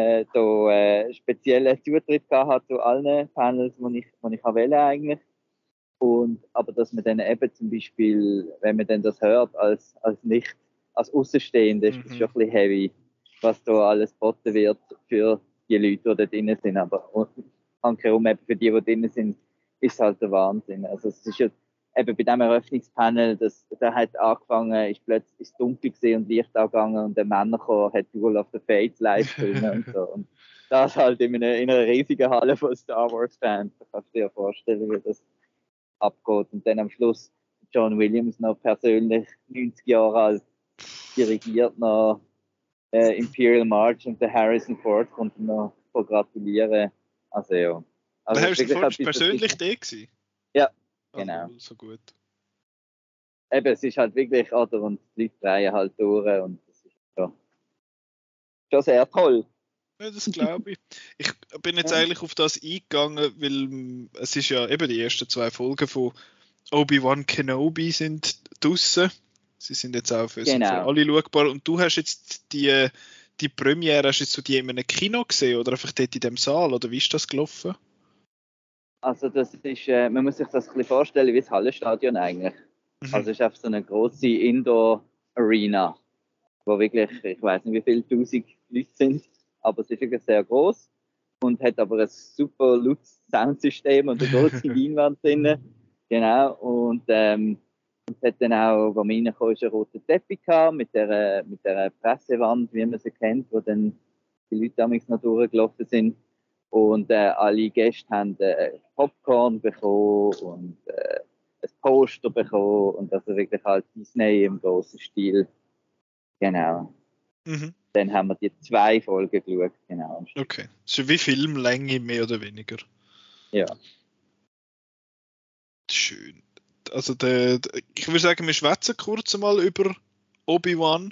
Speaker 2: speziellen Zutritt gehabt habe zu allen Panels, die ich wählen eigentlich. Aber dass man dann eben zum Beispiel, wenn man dann das hört als Außenstehende, ist das schon ein bisschen heavy, was da alles geboten wird für die Leute, die da drinnen sind. Aber ankerum eben für die drinnen sind, ist es halt der Wahnsinn. Also es ist ja eben bei diesem Eröffnungspanel, da hat angefangen, ist plötzlich dunkel gesehen und Licht angegangen und der Männer kam, hat Duel of the Fates live filmen und so. Und das halt in einer riesigen Halle von Star Wars Fans. Da kannst du dir ja vorstellen, wie das abgeht. Und dann am Schluss John Williams noch persönlich 90 Jahre alt dirigiert noch Imperial March und der Harrison Ford konnte noch gratulieren. Also ja. Also
Speaker 1: der Harrison Ford persönlich der gewesen?
Speaker 2: Ja, genau.
Speaker 1: Also, so gut.
Speaker 2: Eben, es ist halt wirklich, oder? Und die Leute drehen halt durch und das ist schon sehr toll.
Speaker 1: Ja, das glaube ich. Ich bin jetzt eigentlich auf das eingegangen, weil es ist ja eben die ersten 2 Folgen von Obi-Wan Kenobi sind draussen. Sie sind jetzt auch für alle schaubar. Und du hast jetzt die Premiere, hast du die in einem Kino gesehen oder einfach dort in dem Saal? Oder wie ist das gelaufen?
Speaker 2: Also das ist, man muss sich das ein bisschen vorstellen wie das Hallenstadion eigentlich. Also es ist einfach so eine grosse Indoor-Arena, wo wirklich, ich weiß nicht wie viele 1000 Leute sind, aber es ist wirklich sehr groß und hat aber ein super lautes Soundsystem und eine große Leinwand drin. Genau, und es hat dann auch, als wir reinkamen, einen roten Teppich gehabt, mit der Pressewand, wie man sie kennt, wo dann die Leute damals noch durchgelaufen sind. Und alle Gäste haben Popcorn bekommen und ein Poster bekommen und also wirklich halt Disney im grossen Stil. Genau. Dann haben wir die 2 Folgen geschaut. Genau.
Speaker 1: Okay. So wie Filmlänge, mehr oder weniger.
Speaker 2: Ja.
Speaker 1: Schön. Also ich würde sagen, wir schwätzen kurz mal über Obi-Wan.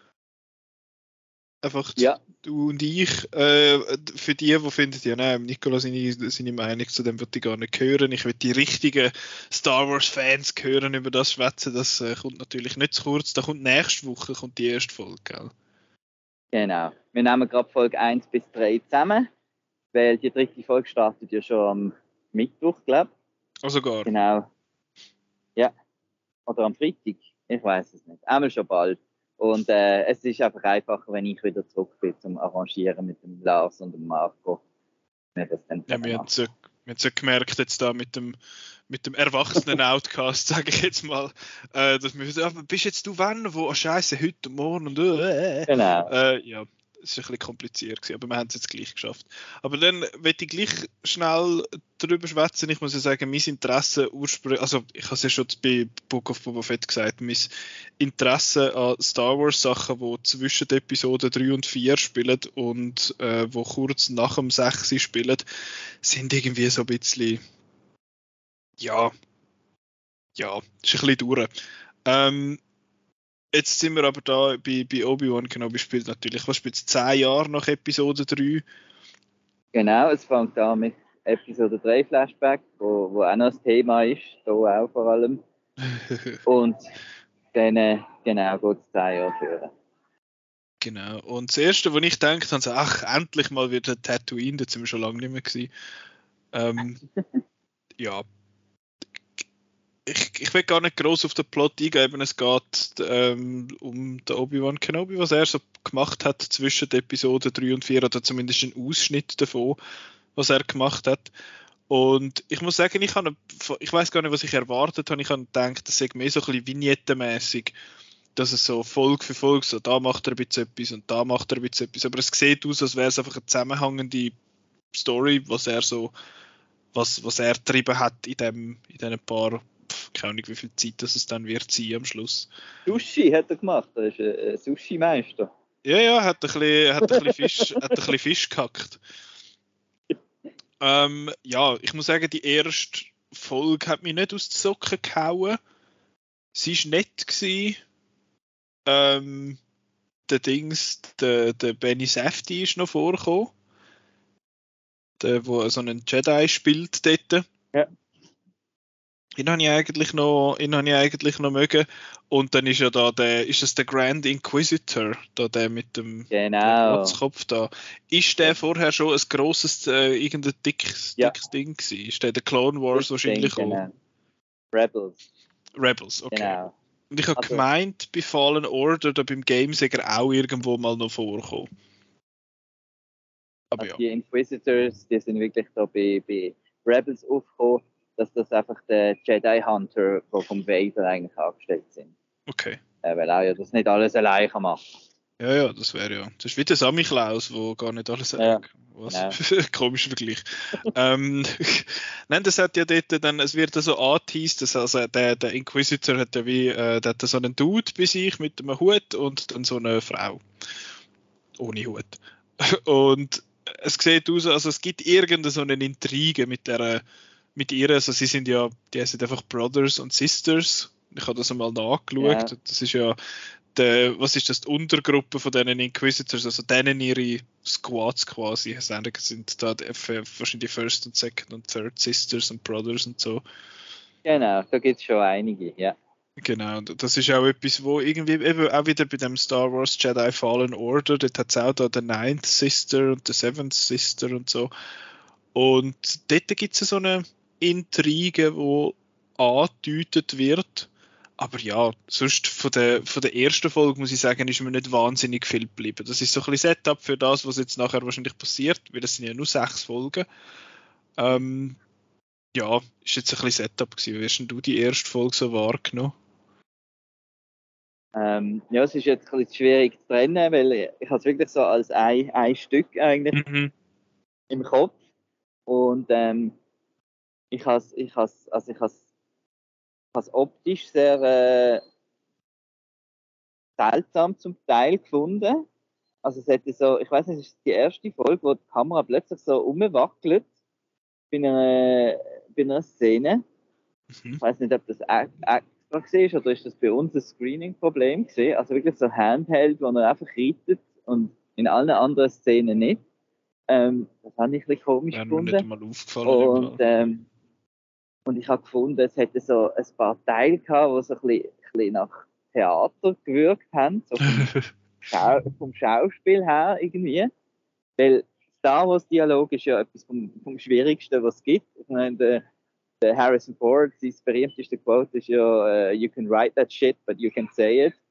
Speaker 1: Einfach du und ich. Für die finden, ja, nein, Nicola seine Meinung zu dem würde ich gar nicht hören. Ich will die richtigen Star Wars-Fans hören über das schwätzen. Das kommt natürlich nicht zu kurz. Da kommt nächste Woche die erste Folge, gell?
Speaker 2: Genau. Wir nehmen gerade Folge 1 bis 3 zusammen, weil die 3. Folge startet ja schon am Mittwoch, glaube ich.
Speaker 1: Also gar.
Speaker 2: Genau. Ja. Oder am Freitag. Ich weiß es nicht. Einmal schon bald. Und es ist einfach einfacher, wenn ich wieder zurück bin zum Arrangieren mit dem Lars und dem Marco. Wir das dann
Speaker 1: Ja, wir haben es ja gemerkt jetzt da mit dem erwachsenen Outcast, sage ich jetzt mal, dass wir sagen, bist jetzt du wann, wo, oh Scheiße, heute und morgen und
Speaker 2: Genau.
Speaker 1: ja, es war ein bisschen kompliziert gewesen, aber wir haben es jetzt gleich geschafft. Aber dann möchte ich gleich schnell darüber schwätzen. Ich muss ja sagen, mein Interesse ursprünglich, also ich habe es ja schon bei Book of Boba Fett gesagt, mein Interesse an Star Wars Sachen, die zwischen den Episoden 3 und 4 spielen und wo kurz nach dem 6 spielen, sind irgendwie so ein bisschen, ja, ist ein bisschen durch. Jetzt sind wir aber da bei Obi-Wan Kenobi spielt natürlich, was spielt es, 10 Jahre nach Episode 3?
Speaker 2: Genau, es fängt an mit Episode 3 Flashback, wo auch noch das Thema ist, hier auch vor allem. Und dann genau geht es 10 Jahre führen.
Speaker 1: Genau, und das Erste, was ich denke, dann so, ach, endlich mal wieder Tatooine, da sind wir schon lange nicht mehr gewesen. Ja, ich will gar nicht gross auf den Plot eingehen, es geht um den Obi-Wan Kenobi, was er so gemacht hat zwischen den Episoden 3 und 4, oder zumindest ein Ausschnitt davon, was er gemacht hat. Und ich muss sagen, ich weiß gar nicht, was ich erwartet habe. Ich habe gedacht, das sei mehr so ein bisschen vignettenmäßig, dass es so Folge für Folge, so da macht er ein bisschen etwas und da macht er ein bisschen etwas. Aber es sieht aus, als wäre es einfach eine zusammenhängende Story, was er getrieben hat in diesen paar, keine Ahnung, wie viel Zeit das es dann wird sein am Schluss.
Speaker 2: Sushi hat er gemacht, er ist ein Sushi-Meister.
Speaker 1: Ja, hat ein bisschen Fisch gehackt. Ja, ich muss sagen, die erste Folge hat mich nicht aus den Socken gehauen. Sie war nett gewesen. Der Benny Safdie ist noch vorgekommen. Der, wo so einen Jedi spielt dort.
Speaker 2: Ja.
Speaker 1: Ihn habe ich eigentlich noch mögen. Und dann ist ja da ist es der Grand Inquisitor, da der mit dem Rotzkopf da. Ist der vorher schon ein grosses, irgendein dickes Ding gewesen? Ist der Clone Wars wahrscheinlich auch?
Speaker 2: Genau.
Speaker 1: Rebels, okay.
Speaker 2: Genau.
Speaker 1: Und ich habe gemeint, bei Fallen Order, da beim Game sei er auch irgendwo mal noch vorkommen. Aber
Speaker 2: also die Inquisitors, die sind wirklich da bei Rebels aufgekommen, dass das einfach der Jedi Hunter, die vom Vader eigentlich angestellt sind.
Speaker 1: Okay.
Speaker 2: Weil er ja das nicht alles allein kann machen.
Speaker 1: Ja, das wäre ja. Das ist wie der Sammy Klaus, der gar nicht alles sagt. Was? Genau. Komischer Vergleich. Nein, das hat ja dort dann, es wird so angeteased, also der Inquisitor hat ja der hat so einen Dude bei sich mit einem Hut und dann so eine Frau. Ohne Hut. Und es sieht aus, also es gibt irgendeine so eine Intrige mit ihr, also die sind einfach Brothers und Sisters. Ich habe das einmal nachgeschaut. Ja. Das ist ja was ist das, die Untergruppe von diesen Inquisitors, also denen ihre Squads quasi, sind da wahrscheinlich First und Second und Third Sisters und Brothers und so.
Speaker 2: Genau, da gibt es schon einige, ja.
Speaker 1: Genau, das ist auch etwas, wo irgendwie eben auch wieder bei dem Star Wars Jedi Fallen Order, dort hat es auch da den Ninth Sister und den Seventh Sister und so. Und dort gibt es so eine Intrige, wo angedeutet wird. Aber ja, sonst von der ersten Folge, muss ich sagen, ist mir nicht wahnsinnig viel geblieben. Das ist so ein bisschen Setup für das, was jetzt nachher wahrscheinlich passiert, weil das sind ja nur 6 Folgen. Ja, ist jetzt ein bisschen Setup gewesen. Wie hast denn du die erste Folge so wahrgenommen?
Speaker 2: Ja, es ist jetzt ein bisschen schwierig zu trennen, weil ich habe es wirklich so als ein Stück eigentlich im Kopf. Und ich habe es optisch sehr seltsam zum Teil gefunden. Also es hätte so, ich weiß nicht, es ist die erste Folge, wo die Kamera plötzlich so rumwackelt bei einer Szene. Ich weiß nicht, ob das extra war oder ist das bei uns ein Screening-Problem gewesen. Also wirklich so Handheld, wo er einfach reitet und in allen anderen Szenen nicht. Das habe ich ein bisschen komisch gefunden.
Speaker 1: Mir nicht mal aufgefallen.
Speaker 2: Und ich habe gefunden, es hätte so ein paar Teile gehabt, die so ein bisschen nach Theater gewirkt haben, so vom Schauspiel her irgendwie. Weil Star Wars Dialog ist ja etwas vom Schwierigsten, was es gibt. Ich meine, der Harrison Ford, sein berühmteste Quote ist ja, you can write that shit, but you can say it.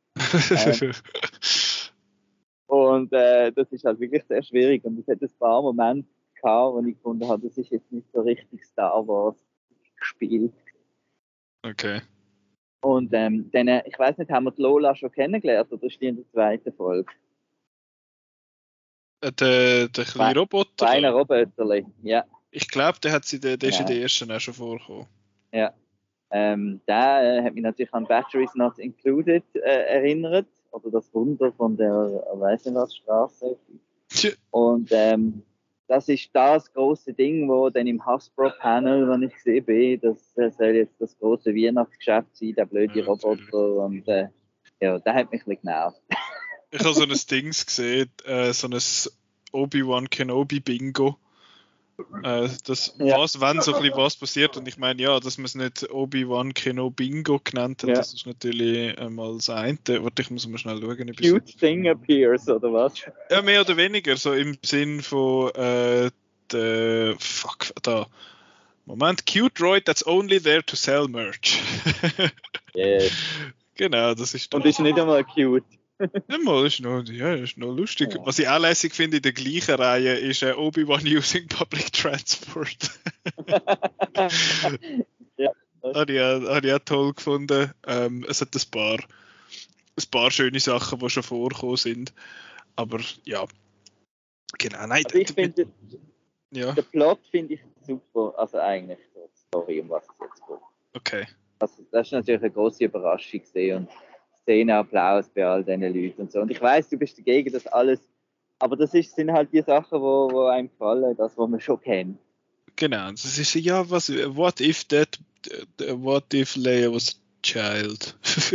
Speaker 2: Und das ist halt wirklich sehr schwierig. Und es hat ein paar Momente gehabt, wo ich gefunden habe, das ist jetzt nicht so richtig Star Wars gespielt.
Speaker 1: Okay.
Speaker 2: Und dann, ich weiß nicht, haben wir die Lola schon kennengelernt oder ist die in der zweiten Folge?
Speaker 1: Der kleine Roboter?
Speaker 2: Kleiner Roboterli, ja.
Speaker 1: Ich glaube, der ist in der
Speaker 2: Genau.
Speaker 1: ersten auch schon vorgekommen.
Speaker 2: Ja. Der hat mich natürlich an Batteries Not Included erinnert. Oder das Wunder von der, weiß nicht was, Straße. Und das ist das große Ding, wo dann im Hasbro-Panel, wenn ich gesehen bin, das soll jetzt das große Weihnachtsgeschäft sein, der blöde Roboter. Und ja, der hat mich ein bisschen genervt.
Speaker 1: Ich habe so ein Dings gesehen, so ein Obi-Wan Kenobi Bingo. Wenn so ein bisschen was passiert, und ich meine, ja, dass man es nicht Obi-Wan Kenobi Bingo genannt hat, ja. Das ist natürlich mal das eine. Warte, ich muss mal schnell schauen.
Speaker 2: Cute thing appears, oder was?
Speaker 1: Ja, mehr oder weniger, so im Sinn von Moment, cute droid that's only there to sell merch.
Speaker 2: Yes.
Speaker 1: Genau, das ist das.
Speaker 2: Und ist nicht einmal cute.
Speaker 1: Ja, ist noch lustig. Ja. Was ich auch lässig finde in der gleichen Reihe ist Obi-Wan using public transport.
Speaker 2: Ja.
Speaker 1: Habe ich auch toll gefunden. Es hat ein paar schöne Sachen, die schon vorgekommen sind. Aber ja, genau. Nein,
Speaker 2: also ich finde,
Speaker 1: ja.
Speaker 2: den Plot finde ich super. Also eigentlich so die Story, um was es jetzt geht.
Speaker 1: Okay.
Speaker 2: Also, das ist natürlich eine grosse Überraschung gesehen und Szeneapplaus bei all diesen Leuten und so. Und ich weiss, du bist dagegen, das alles, aber das sind halt die Sachen, wo einem gefallen, das, was man schon kennt.
Speaker 1: Genau, das ist ja, what if Leia was a child?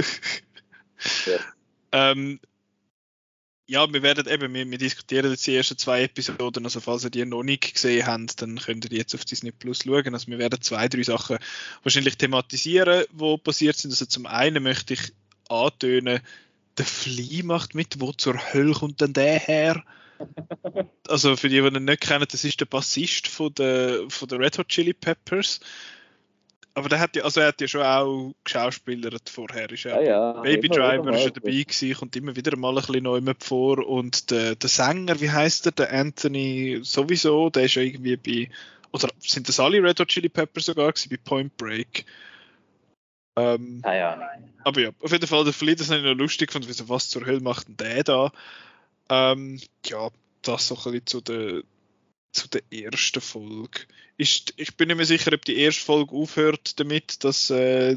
Speaker 2: Yes.
Speaker 1: Ja, wir diskutieren jetzt die ersten 2 Episoden, also falls ihr die noch nicht gesehen habt, dann könnt ihr jetzt auf Disney Plus schauen. Also wir werden 2, 3 Sachen wahrscheinlich thematisieren, die passiert sind. Also zum einen möchte ich antönen, der Flea macht mit, wo zur Hölle kommt denn der her? Also für die ihn nicht kennen, das ist der Bassist von der Red Hot Chili Peppers. Aber er hat ja schon auch geschauspielert vorher. Ist Baby Driver ist ja dabei gewesen, kommt immer wieder mal ein bisschen neu vor. Und der Sänger, wie heisst der Anthony sowieso, der ist ja irgendwie oder sind das alle Red Hot Chili Peppers sogar gewesen, bei Point Break?
Speaker 2: Aber
Speaker 1: ja, auf jeden Fall, der Flea, das habe ich noch lustig gefunden, was zur Hölle macht denn der da? Ja, das so ein bisschen zu der ersten Folge. Ich bin nicht mehr sicher, ob die erste Folge aufhört damit, dass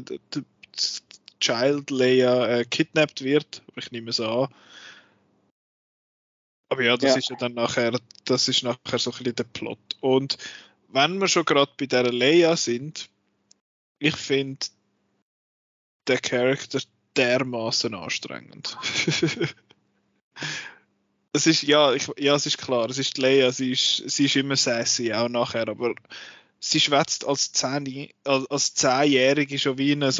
Speaker 1: Child Leia kidnappt wird. Aber ich nehme es an. Aber ja, das ist ja dann nachher so ein bisschen der Plot. Und wenn wir schon gerade bei dieser Leia sind, ich finde der Charakter dermaßen anstrengend. Es ist, es ist klar, es ist die Leia, sie ist immer sassy, auch nachher, aber sie schwätzt als 10-Jährige schon wie eine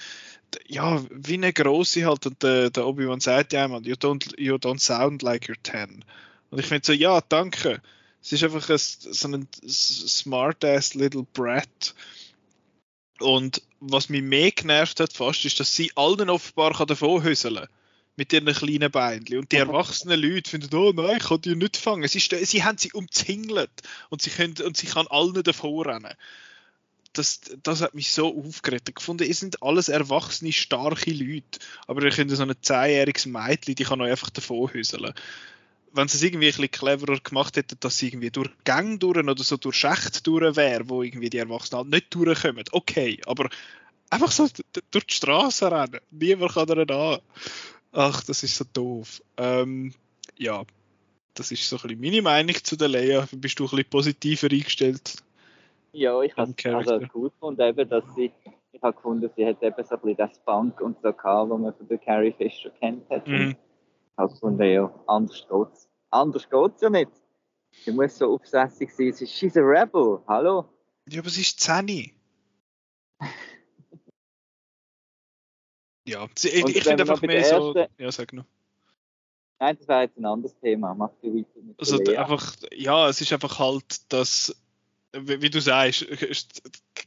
Speaker 1: Grosse halt, und der Obi-Wan sagt ja einmal, you don't sound like you're 10. Und ich finde so, ja, danke. Sie ist einfach so ein smart-ass little brat. Und was mich mehr genervt hat fast, ist, dass sie allen offenbar davon hüsseln kann. Mit ihren kleinen Beinchen. Und die erwachsenen Leute finden, oh nein, ich kann die nicht fangen. Sie haben sie umzingelt und sie kann allen davor rennen. Das hat mich so aufgeregt. Ich fand, ihr sind alles erwachsene, starke Leute. Aber ihr könnt so ein 10-jähriges Mädchen, die kann euch einfach davon hüsseln. Wenn sie es irgendwie ein bisschen cleverer gemacht hätten, dass sie irgendwie durch Gänge durch oder so durch Schächte durch wäre, wo irgendwie die Erwachsenen halt nicht durchkommen. Okay, aber einfach so durch die Straße rennen. Niemand kann da an. Ach, das ist so doof. Ja, das ist so ein bisschen meine Meinung zu der Leia. Bist du ein bisschen positiver eingestellt?
Speaker 2: Ja, ich habe es cool gefunden, eben, dass ich habe gefunden, sie hat eben so ein bisschen das Spunk und so gehabt, was man von der Carrie Fisher kennt hat. Ich habe gefunden, ja, anders geht's ja nicht. Sie muss so obsessiv sein, she's a rebel, hallo?
Speaker 1: Ja, aber sie ist 10. Ja, ich finde einfach mehr so... Ja, sag noch.
Speaker 2: Nein, das wäre jetzt ein anderes Thema. Mach du weiter mit
Speaker 1: also einfach, ja, es ist einfach halt das, wie du sagst,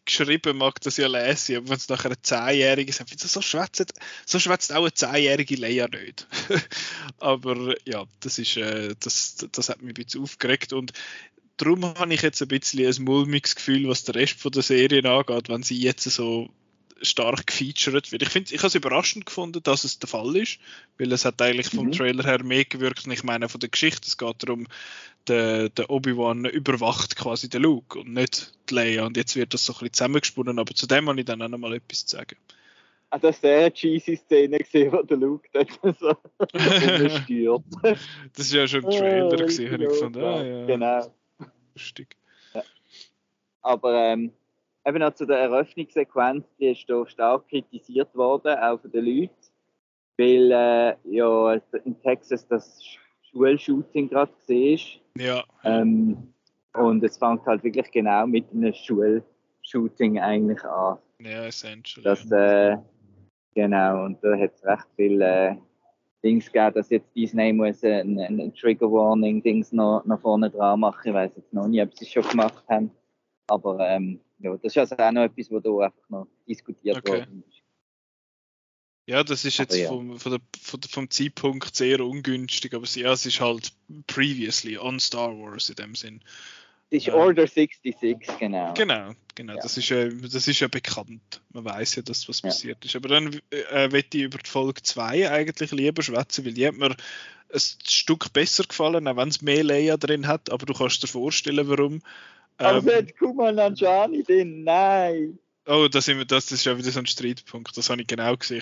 Speaker 1: geschrieben mag das ja lesen, aber wenn es nachher ein 10-Jähriger ist, so schwätzt auch eine 10-jährige Leia nicht. Aber ja, das hat mich ein bisschen aufgeregt und darum habe ich jetzt ein bisschen ein mulmiges Gefühl, was der Rest von der Serie angeht, wenn sie jetzt so stark gefeatured wird. Ich habe es überraschend gefunden, dass es der Fall ist, weil es hat eigentlich vom Trailer her mehr gewirkt. Und ich meine, von der Geschichte, es geht darum, der Obi-Wan überwacht quasi den Luke und nicht die Leia. Und jetzt wird das so ein bisschen zusammengesponnen, aber zu dem habe ich dann auch noch mal etwas zu sagen.
Speaker 2: Das war eine cheesy Szene, wo der Luke dort so umsteuert.
Speaker 1: Das war ja schon ein Trailer, habe ich gefunden. Ja.
Speaker 2: Genau.
Speaker 1: Lustig.
Speaker 2: Ja. Aber eben auch zu der Eröffnungssequenz, die ist da stark kritisiert worden, auch von den Leuten, weil ja in Texas das Schulshooting gerade war.
Speaker 1: Ja.
Speaker 2: Und es fängt halt wirklich genau mit einem Schulshooting eigentlich an.
Speaker 1: Ja, essentially.
Speaker 2: Genau, und da hat es recht viel Dings gegeben, dass jetzt Disney muss ein Trigger Warning Dings noch vorne dran machen. Ich weiß jetzt noch nicht, ob sie es schon gemacht haben. Aber ja, das ist also auch noch etwas, was da einfach noch diskutiert worden ist.
Speaker 1: Ja, das ist jetzt vom Zeitpunkt sehr ungünstig, aber es ist halt previously on Star Wars in dem Sinn.
Speaker 2: Das ist Order 66, genau.
Speaker 1: Genau.
Speaker 2: Ja.
Speaker 1: Das ist ja bekannt. Man weiß ja, dass was passiert ist. Aber dann möchte ich über die Folge 2 eigentlich lieber schwätzen, weil die hat mir ein Stück besser gefallen, auch wenn es mehr Leia drin hat, aber du kannst dir vorstellen, warum.
Speaker 2: Aber es hat Kumail Nanjiani drin, nein!
Speaker 1: Oh, das ist ja wieder so ein Streitpunkt, das habe ich genau gesehen.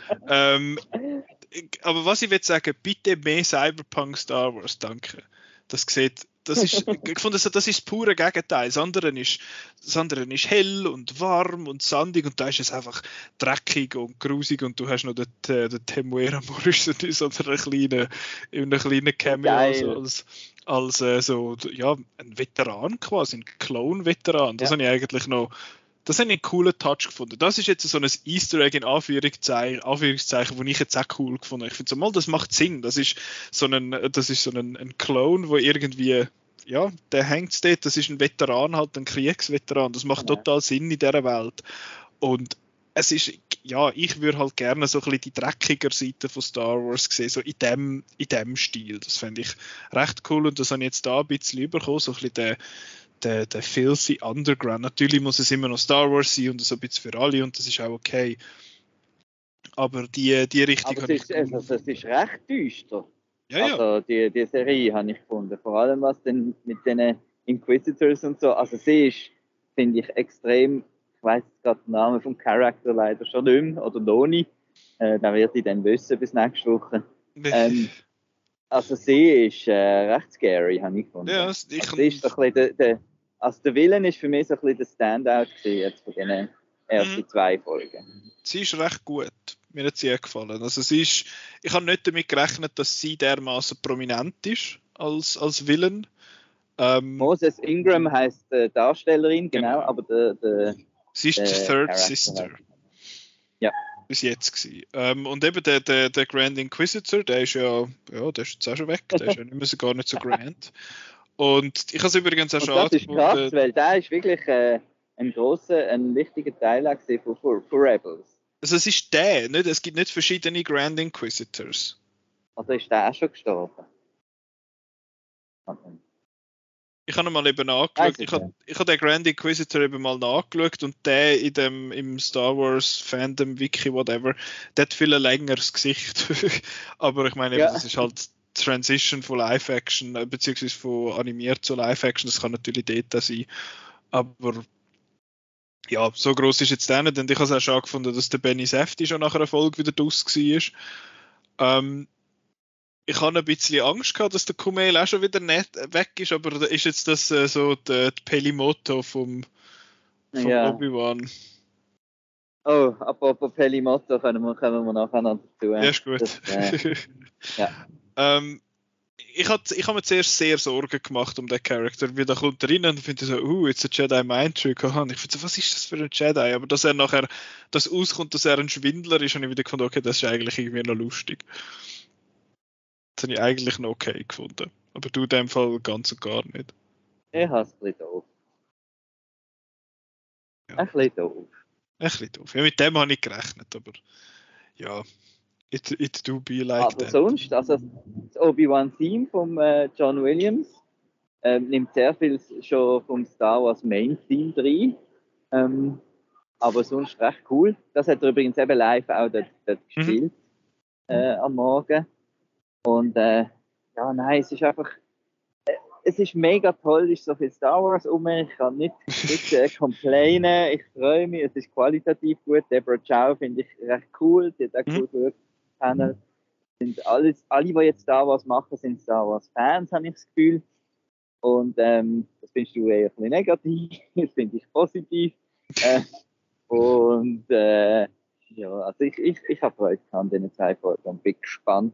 Speaker 1: Aber was ich will sagen, bitte mehr Cyberpunk Star Wars, danke. Ich fand, das ist das pure Gegenteil. Das andere ist hell und warm und sandig und da ist es einfach dreckig und grusig und du hast noch den Temuera Morrison in so einem kleinen Cameo als ein Veteran quasi, ein Clone-Veteran. Das habe ich eigentlich noch. Das habe ich einen coolen Touch gefunden. Das ist jetzt so ein Easter Egg in Anführungszeichen, wo ich jetzt auch cool gefunden habe. Ich finde so mal, das macht Sinn. Das ist so ein Clone, wo irgendwie, ja, der hängt dort. Das ist ein Veteran, halt ein Kriegsveteran. Das macht total Sinn in dieser Welt. Und es ist, ja, ich würde halt gerne so ein bisschen die dreckiger Seite von Star Wars sehen, so in dem Stil. Das fände ich recht cool und das habe ich jetzt da ein bisschen überkommen, so ein bisschen der filthy Underground. Natürlich muss es immer noch Star Wars sein und so ein bisschen für alle und das ist auch okay. Aber die Richtung
Speaker 2: habe ich cool. Also, das ist recht düster.
Speaker 1: Ja.
Speaker 2: Also die Serie habe ich gefunden. Vor allem was denn mit den Inquisitors und so. Also sie ist, finde ich, extrem, ich weiß gerade den Namen vom Charakter leider schon nicht mehr, oder noch nicht. Da werde ich dann wissen bis nächste Woche. Also sie ist recht scary, habe ich gefunden.
Speaker 1: Ja,
Speaker 2: sie ist so ein bisschen also der Villain ist für mich so ein bisschen der Standout gewesen, jetzt von den ersten 2 Folgen.
Speaker 1: Sie ist recht gut. Mir hat sie gefallen. Also ich habe nicht damit gerechnet, dass sie dermaßen prominent ist als Villain.
Speaker 2: Moses Ingram heisst Darstellerin, genau. Aber
Speaker 1: sie ist die Third Sister.
Speaker 2: Ja.
Speaker 1: Bis jetzt gewesen. Und eben der Grand Inquisitor, der ist der ist jetzt auch schon weg. Der ist ja gar nicht so grand. Und ich habe es übrigens auch schade
Speaker 2: gefunden. Das ist krass, weil der ist wirklich ein wichtiger Teil von Rebels.
Speaker 1: Also es ist der, nicht? Es gibt nicht verschiedene Grand Inquisitors.
Speaker 2: Also ist der auch schon gestorben? Okay.
Speaker 1: Ich habe ihn mal eben angeschaut. Ich habe den Grand Inquisitor eben mal nachgeschaut und der im Star Wars Fandom Wiki whatever, der hat viel ein längeres Gesicht. Aber ich meine, das ist halt Transition von Live-Action beziehungsweise von animiert zu Live-Action. Das kann natürlich dort sein. Aber ja, so gross ist jetzt der nicht. Und ich habe es auch schon gefunden, dass der Benny Safdie schon nach einer Folge wieder draus war. Ich habe ein bisschen Angst gehabt, dass der Kumail auch schon wieder nicht weg ist, aber ist jetzt das so die Pelimoto vom Obi-Wan?
Speaker 2: Oh, apropos Pelimoto kommen wir nachher noch dazu.
Speaker 1: Ja, ist gut. Ich habe mir zuerst sehr Sorgen gemacht um den Charakter, weil da kommt er rein und finde so, jetzt ein Jedi Mind Trick. Und ich finde so, was ist das für ein Jedi? Aber dass er nachher das auskommt, dass er ein Schwindler ist, habe ich wieder gefunden, okay, das ist eigentlich irgendwie noch lustig. Das habe ich eigentlich noch okay gefunden. Aber du in dem Fall ganz und gar nicht.
Speaker 2: Ich habe es ein bisschen doof.
Speaker 1: Ja.
Speaker 2: Ein bisschen doof.
Speaker 1: Ein bisschen doof. Ja, mit dem habe ich gerechnet, aber ja, it do be like
Speaker 2: Aber
Speaker 1: that.
Speaker 2: sonst, also das Obi-Wan-Theme von John Williams nimmt sehr viel schon vom Star Wars Main-Theme rein. Aber sonst recht cool. Das hat er übrigens eben live auch dort gespielt am Morgen. Und ja, nein, es ist einfach, es ist mega toll, es ist so viel Star Wars um mich. Ich kann nicht complainen, ich freue mich, es ist qualitativ gut. Deborah Chow finde ich recht cool, die hat auch cool gewirkt. Panel. Sind alle, die jetzt Star Wars machen, sind Star Wars Fans, habe ich das Gefühl. Und das findest du eher ein bisschen negativ, das finde ich positiv. Und ja, also ich habe Freude an diesen 2 Folgen und bin gespannt.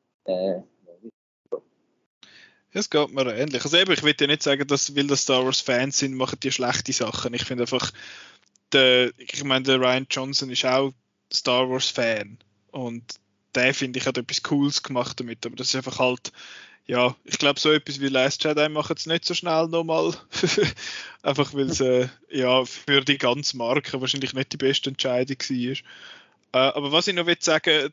Speaker 1: Es geht mir ähnlich. Also eben, ich will ja nicht sagen, dass, weil das Star Wars Fans sind, machen die schlechte Sachen. Ich finde einfach, ich meine, der Rian Johnson ist auch Star Wars Fan und der, finde ich, hat etwas Cooles gemacht damit, aber das ist einfach halt, ja, ich glaube, so etwas wie Last Jedi machen es nicht so schnell nochmal. Einfach weil es ja, für die ganze Marke wahrscheinlich nicht die beste Entscheidung war. Aber was ich noch will sagen,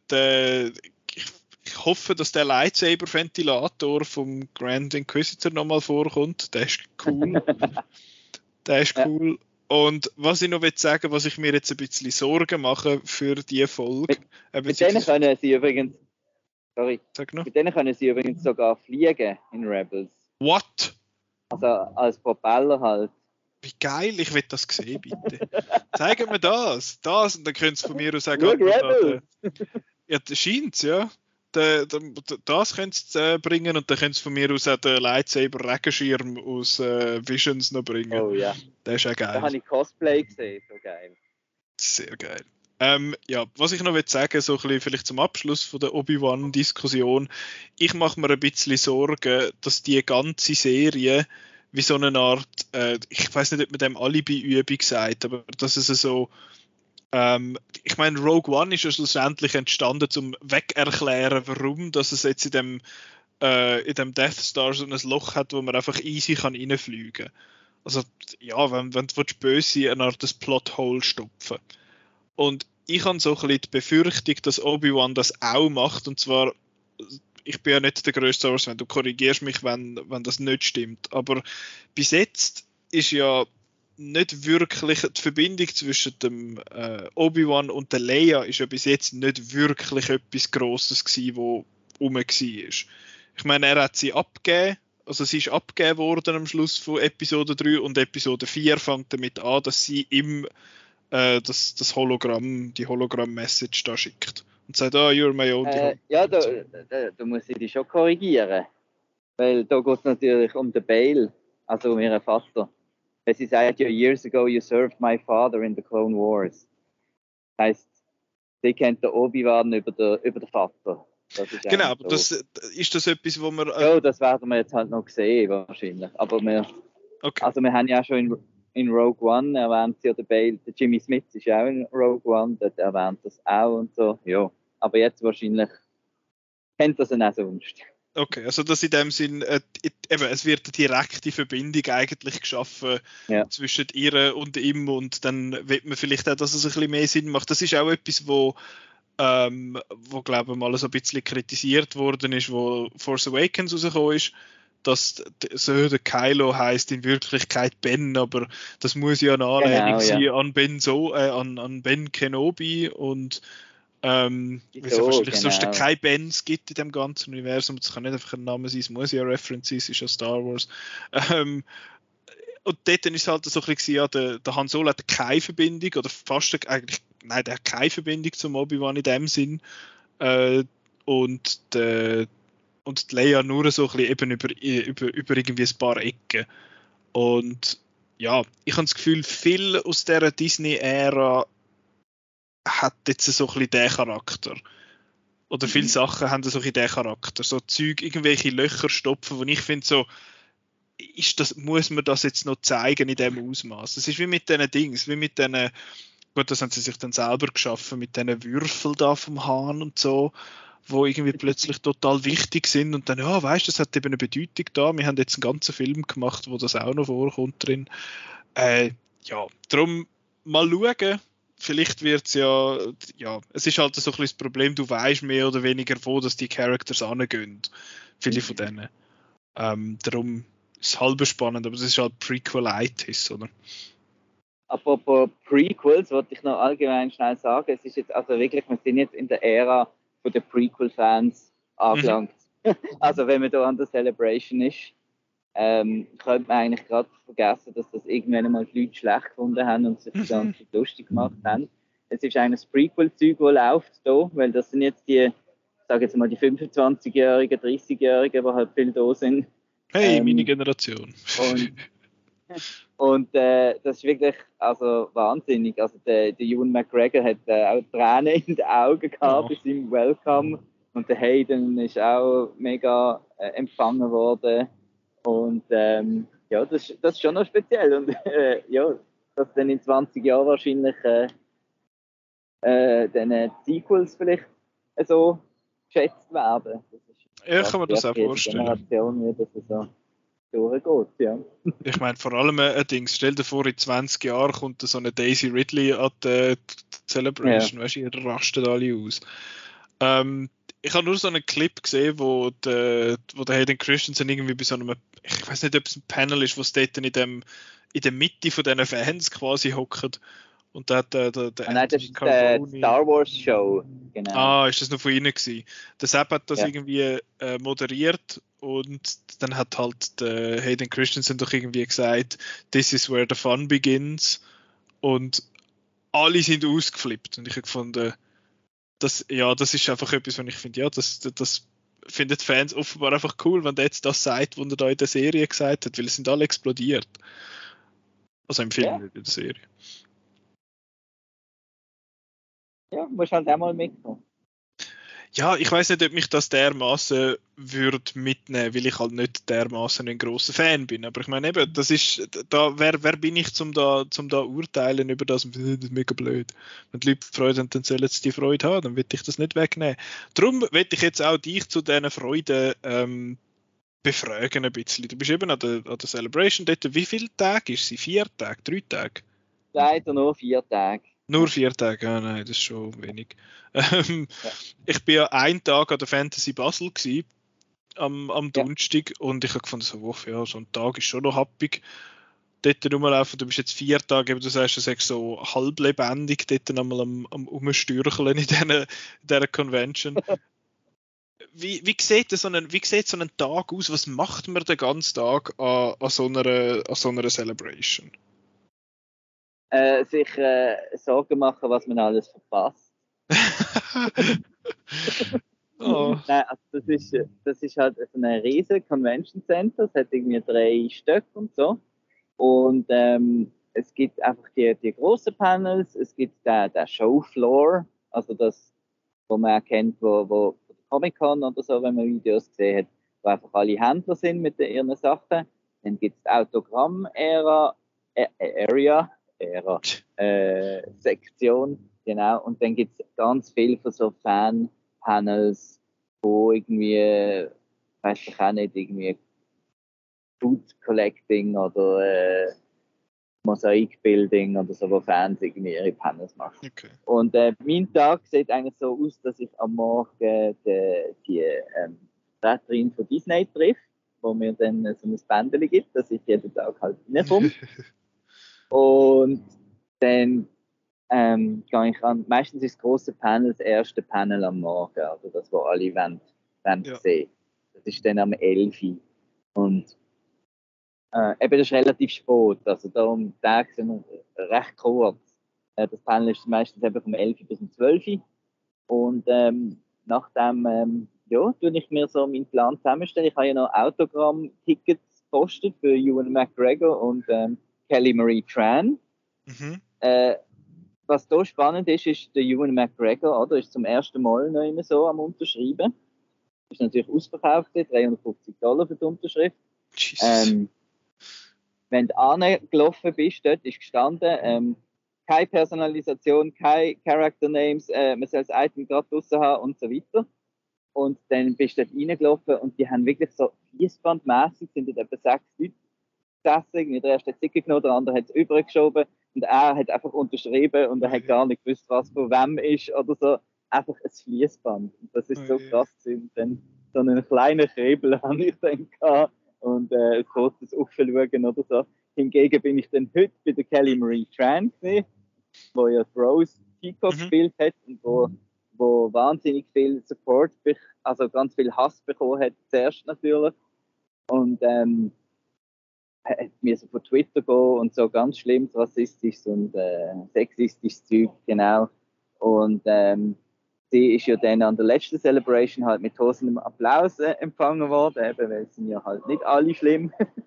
Speaker 1: ich hoffe, dass der Lightsaber-Ventilator vom Grand Inquisitor nochmal vorkommt. Der ist cool. Der ist cool. Und was ich noch will sagen, was ich mir jetzt ein bisschen Sorgen mache für diese Folge.
Speaker 2: Mit denen können sie übrigens,
Speaker 1: sag noch.
Speaker 2: Mit denen können sie übrigens sogar fliegen in Rebels.
Speaker 1: What?
Speaker 2: Also als Propeller halt.
Speaker 1: Wie geil, ich will das sehen, bitte. Zeigen wir das. Und dann können sie von mir aus sagen, ja, das scheint ja. Das können sie bringen und dann können sie von mir aus auch den Lightsaber-Regenschirm aus Visions noch bringen.
Speaker 2: Oh ja.
Speaker 1: Der ist auch geil.
Speaker 2: Da habe ich Cosplay gesehen, so geil.
Speaker 1: Sehr geil. Ja, was ich noch sagen will, so ein bisschen vielleicht zum Abschluss von der Obi-Wan-Diskussion, ich mache mir ein bisschen Sorgen, dass die ganze Serie wie so eine Art, ich weiß nicht, ob man dem Alibi-Übung sagt, aber dass es so, ich meine, Rogue One ist ja schlussendlich entstanden, zum wegerklären, warum, dass es jetzt in dem Death Star so ein Loch hat, wo man einfach easy kann reinfliegen kann. Also, ja, wenn du böse eine Art des Plothole stopfen. Und ich habe so ein bisschen die Befürchtung, dass Obi-Wan das auch macht, und zwar, ich bin ja nicht der grösste Star Wars-Fan, du korrigierst mich, wenn das nicht stimmt, aber bis jetzt ist ja nicht wirklich die Verbindung zwischen dem Obi-Wan und der Leia ist ja bis jetzt nicht wirklich etwas Grosses gewesen, wo rum war. Ich meine, er hat sie abgegeben, also sie ist abgegeben worden am Schluss von Episode 3 und Episode 4 fängt damit an, dass sie ihm das Hologramm, die Hologramm-Message da schickt. Und sagt, you're my only
Speaker 2: ja, da muss ich dich schon korrigieren. Weil da geht es natürlich um den Bail, also um ihren Vater. Weil sie sagt ja, years ago you served my father in the Clone Wars. Das heisst, sie kennt den Obi-Wan über den Vater. Das ist
Speaker 1: genau, aber
Speaker 2: so.
Speaker 1: ist das etwas, wo wir...
Speaker 2: Ja, das werden wir jetzt halt noch sehen, wahrscheinlich. Aber wir haben ja schon in Rogue One erwähnt sie ja den Bail, der Jimmy Smith ist ja auch in Rogue One, dort erwähnt das auch und so. Ja, aber jetzt wahrscheinlich kennt das auch sonst.
Speaker 1: Okay, also dass in dem Sinn, eben, es wird eine direkte Verbindung eigentlich geschaffen zwischen ihr und ihm und dann wird man vielleicht auch, dass es ein bisschen mehr Sinn macht. Das ist auch etwas, wo glaube ich mal so ein bisschen kritisiert worden ist, wo Force Awakens rausgekommen ist, dass so der Kylo heisst in Wirklichkeit Ben, aber das muss ja eine Anlehnung sein an Ben Kenobi und weil es ja wahrscheinlich sonst keine Bens gibt in dem ganzen Universum. Das kann nicht einfach ein Name sein, es muss ja eine Reference sein, es ist ja Star Wars. Und dort ist es halt so ein bisschen, ja, der Han Solo hat keine Verbindung, oder fast eigentlich, nein, der hat keine Verbindung zum Obi-Wan in dem Sinn. Und die Leia nur so ein bisschen eben über irgendwie ein paar Ecken. Und ja, ich habe das Gefühl, viel aus dieser Disney-Ära hat jetzt so ein bisschen den Charakter. Oder viele Sachen haben so ein bisschen den Charakter. So Zeug, irgendwelche Löcher stopfen, wo ich finde so, muss man das jetzt noch zeigen in dem Ausmaß? Das ist wie mit diesen Dings, wie mit diesen, gut, das haben sie sich dann selber geschaffen, mit diesen Würfeln da vom Hahn und so, wo irgendwie plötzlich total wichtig sind und dann, ja, weißt du, das hat eben eine Bedeutung da. Wir haben jetzt einen ganzen Film gemacht, wo das auch noch vorkommt drin. Ja, darum mal schauen. Vielleicht wird es ja, es ist halt so ein bisschen das Problem, du weißt mehr oder weniger, wo dass die Characters angehen. Viele von denen. Darum ist es halb spannend, aber es ist halt Prequel-Itis, oder?
Speaker 2: Apropos Prequels, wollte ich noch allgemein schnell sagen. Es ist jetzt also wirklich, wir sind jetzt in der Ära der Prequel-Fans angelangt. Also wenn man da an der Celebration ist, könnte man eigentlich gerade vergessen, dass das irgendwann einmal die Leute schlecht gefunden haben und sich die ganze Zeit lustig gemacht haben. Es ist eigentlich das Prequel-Zeug, das läuft da, weil das sind jetzt die, ich sage jetzt mal die 25-Jährigen, 30-Jährigen, die halt viel da sind.
Speaker 1: Hey, meine Generation.
Speaker 2: Und das ist wirklich also wahnsinnig. Also der Ewan McGregor hat auch Tränen in den Augen gehabt bei seinem Welcome. Und der Hayden ist auch mega empfangen worden. Und ja, das ist schon noch speziell. Und ja, dass dann in 20 Jahren wahrscheinlich dann Sequels vielleicht so geschätzt werden. Das ist
Speaker 1: Ja, kann man das auch vorstellen.
Speaker 2: Generation, wie das so durchgeht, ja.
Speaker 1: Ich meine, vor allem ein Ding, stell dir vor, in 20 Jahren kommt so eine Daisy Ridley an die Celebration, weißt du, ihr rastet alle aus. Ich habe nur so einen Clip gesehen, wo der Hayden Christensen irgendwie bei so einem, ich weiß nicht, ob es ein Panel ist, wo es dort in der Mitte von diesen Fans quasi hockt. Und da hat der
Speaker 2: nein, das ist die Star Wars Show, genau.
Speaker 1: Ah, ist das noch von ihnen gewesen? Der Sepp hat das irgendwie moderiert und dann hat halt der Hayden Christensen doch irgendwie gesagt, this is where the fun begins, und alle sind ausgeflippt und ich habe gefunden, das ist einfach etwas, was ich finde, ja, das finden die Fans offenbar einfach cool, wenn der jetzt das sagt, was er da in der Serie gesagt hat, weil es sind alle explodiert. Also im Film, nicht in der Serie.
Speaker 2: Ja, muss halt auch mal mitkommen.
Speaker 1: Ja, ich weiß nicht, ob mich das dermaßen würde mitnehmen, weil ich halt nicht dermaßen ein grosser Fan bin. Aber ich meine eben, das ist, wer bin ich zum da urteilen über das? Das ist mega blöd. Wenn die Leute Freude haben, dann sollen sie die Freude haben, dann will ich das nicht wegnehmen. Darum will ich jetzt auch dich zu diesen Freuden befragen ein bisschen. Du bist eben an der Celebration dort. Wie viele Tage ist sie? 4 Tage? 3 Tage?
Speaker 2: Leider nur 4 Tage.
Speaker 1: Nur 4 Tage? Ja, nein, das ist schon wenig. Ich bin ja einen Tag an der Fantasy Basel gewesen, am Donnerstag, und ich habe gefunden, so ein Tag ist schon noch happig. Dort rumlaufen, du bist jetzt 4 Tage, eben, du sagst, du sagst so halb lebendig dort einmal am Umstürcheln in dieser Convention. Wie sieht so ein Tag aus? Was macht man den ganzen Tag an so einer Celebration?
Speaker 2: Sich Sorgen machen, was man alles verpasst.
Speaker 1: Oh.
Speaker 2: Nein, also das ist halt so ein riesen Convention Center, es hat irgendwie 3 Stück und so. Und es gibt einfach die grossen Panels, es gibt den Showfloor, also das, wo man erkennt, wo Comic-Con oder so, wenn man Videos gesehen hat, wo einfach alle Händler sind mit ihren Sachen. Dann gibt es die Autogramm-Sektion, genau. Und dann gibt es ganz viel von so Fan-Panels, wo irgendwie, weiß ich auch nicht, irgendwie Food Collecting oder Mosaikbuilding oder so, wo Fans irgendwie ihre Panels machen.
Speaker 1: Okay.
Speaker 2: Und mein Tag sieht eigentlich so aus, dass ich am Morgen die Vertreterin von Disney treffe, wo mir dann so ein Bändchen gibt, dass ich jeden Tag halt reinkomme. Und dann gehe ich an, meistens ist das grosse Panel das erste Panel am Morgen, also das, wo alle wollen sehen. Das ist dann am 11 Uhr. Und eben, das ist relativ spät, also da um den Tag sind wir recht kurz. Das Panel ist meistens eben vom 11 Uhr bis um 12 Uhr. Und nachdem tue ich mir so meinen Plan zusammenstellen. Ich habe ja noch Autogramm-Tickets gepostet für Ewan McGregor und Kelly Marie Tran.
Speaker 1: Mhm.
Speaker 2: Was da spannend ist der Ewan McGregor, oder? Ist zum ersten Mal noch immer so am Unterschreiben. Ist natürlich ausverkauft, $350 für die Unterschrift. Wenn du angelaufen bist, dort ist gestanden, keine Personalisation, keine Character Names, man soll das Item gerade draussen haben und so weiter. Und dann bist du dort reingelaufen und die haben wirklich so fließbandmässig, sind dort etwa 6 Leute gesessen. Der erste hat es genommen, der andere hat es übergeschoben. und er hat einfach unterschrieben und er hat gar nicht gewusst, was von wem ist oder so. Einfach ein Fließband. Und das ist so krass gewesen. Und dann so einen kleinen Kribbel habe ich dann gehabt und ein kurzes Aufschauen oder so. Hingegen bin ich dann heute bei der Kelly Marie Tran gewesen, wo ja Rose Tico gespielt hat und wo wahnsinnig viel Support, also ganz viel Hass bekommen hat, zuerst natürlich. Und hat mir so von Twitter gehen und so ganz schlimmes rassistisches und sexistisches Zeug, genau. Und sie ist ja dann an der letzten Celebration halt mit tosendem Applaus empfangen worden, eben, weil es sind ja halt nicht alle schlimm.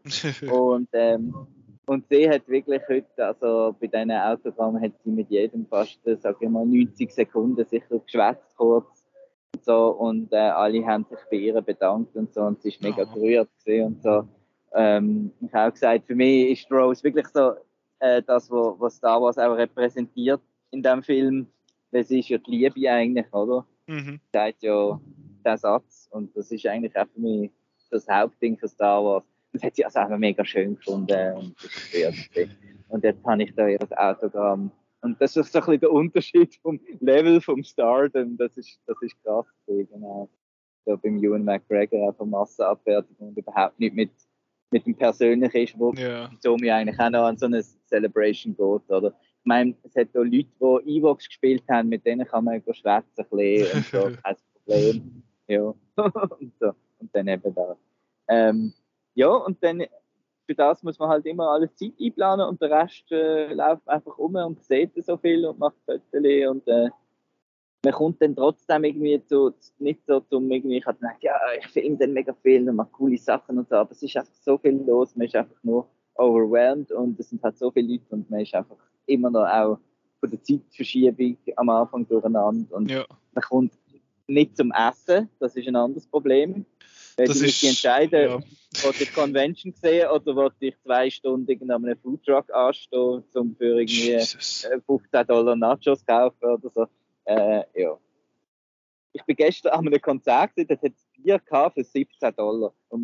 Speaker 2: Und sie hat wirklich heute, also bei diesen Autogrammen hat sie mit jedem fast, sag ich mal, 90 Sekunden sicher geschwätzt kurz und so und alle haben sich bei ihr bedankt und so und sie ist mega gerührt gewesen und so. Ich habe auch gesagt, für mich ist Rose wirklich so das, was Star Wars auch repräsentiert in diesem Film, weil sie ist ja die Liebe eigentlich, oder? Sie sagt ja den Satz und das ist eigentlich auch für mich das Hauptding für Star Wars. Das hat sie also auch mega schön gefunden und das ist wert. Und jetzt habe ich da ihr das Autogramm. Und das ist so ein bisschen der Unterschied vom Level vom Stardom. Das ist krass, genau. So beim Ewan McGregor auch von Massenabfertigung und überhaupt nicht mit dem Persönlichen ist, wo so mir eigentlich auch noch an so eine Celebration geht, oder? Ich meine, es hat auch Leute, die Evox gespielt haben, mit denen kann man schwätzen ein bisschen und so, kein Problem. Ja, und so. Und dann eben da. Ja, und dann für das muss man halt immer alles Zeit einplanen und der Rest läuft einfach um und sieht so viel und macht Fotos und man kommt dann trotzdem irgendwie nicht so zum irgendwie, ich habe gedacht, ja, ich filme dann mega viel und mache coole Sachen und so, aber es ist einfach so viel los, man ist einfach nur overwhelmed und es sind halt so viele Leute und man ist einfach immer noch auch von der Zeitverschiebung am Anfang durcheinander und man kommt nicht zum Essen, das ist ein anderes Problem. Weil du musst entscheiden, wollte ich Convention sehen oder wollte ich 2 Stunden an einem Foodtruck anstehen, um für irgendwie $15 Nachos kaufen oder so. Ja. Ich bin gestern an einem Konzert gewesen, das hat Bier für $17. Und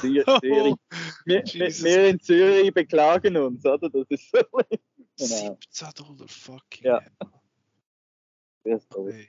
Speaker 2: wir in Zürich beklagen uns, oder? Das ist so. Genau.
Speaker 1: $17, fucking
Speaker 2: ja. Okay.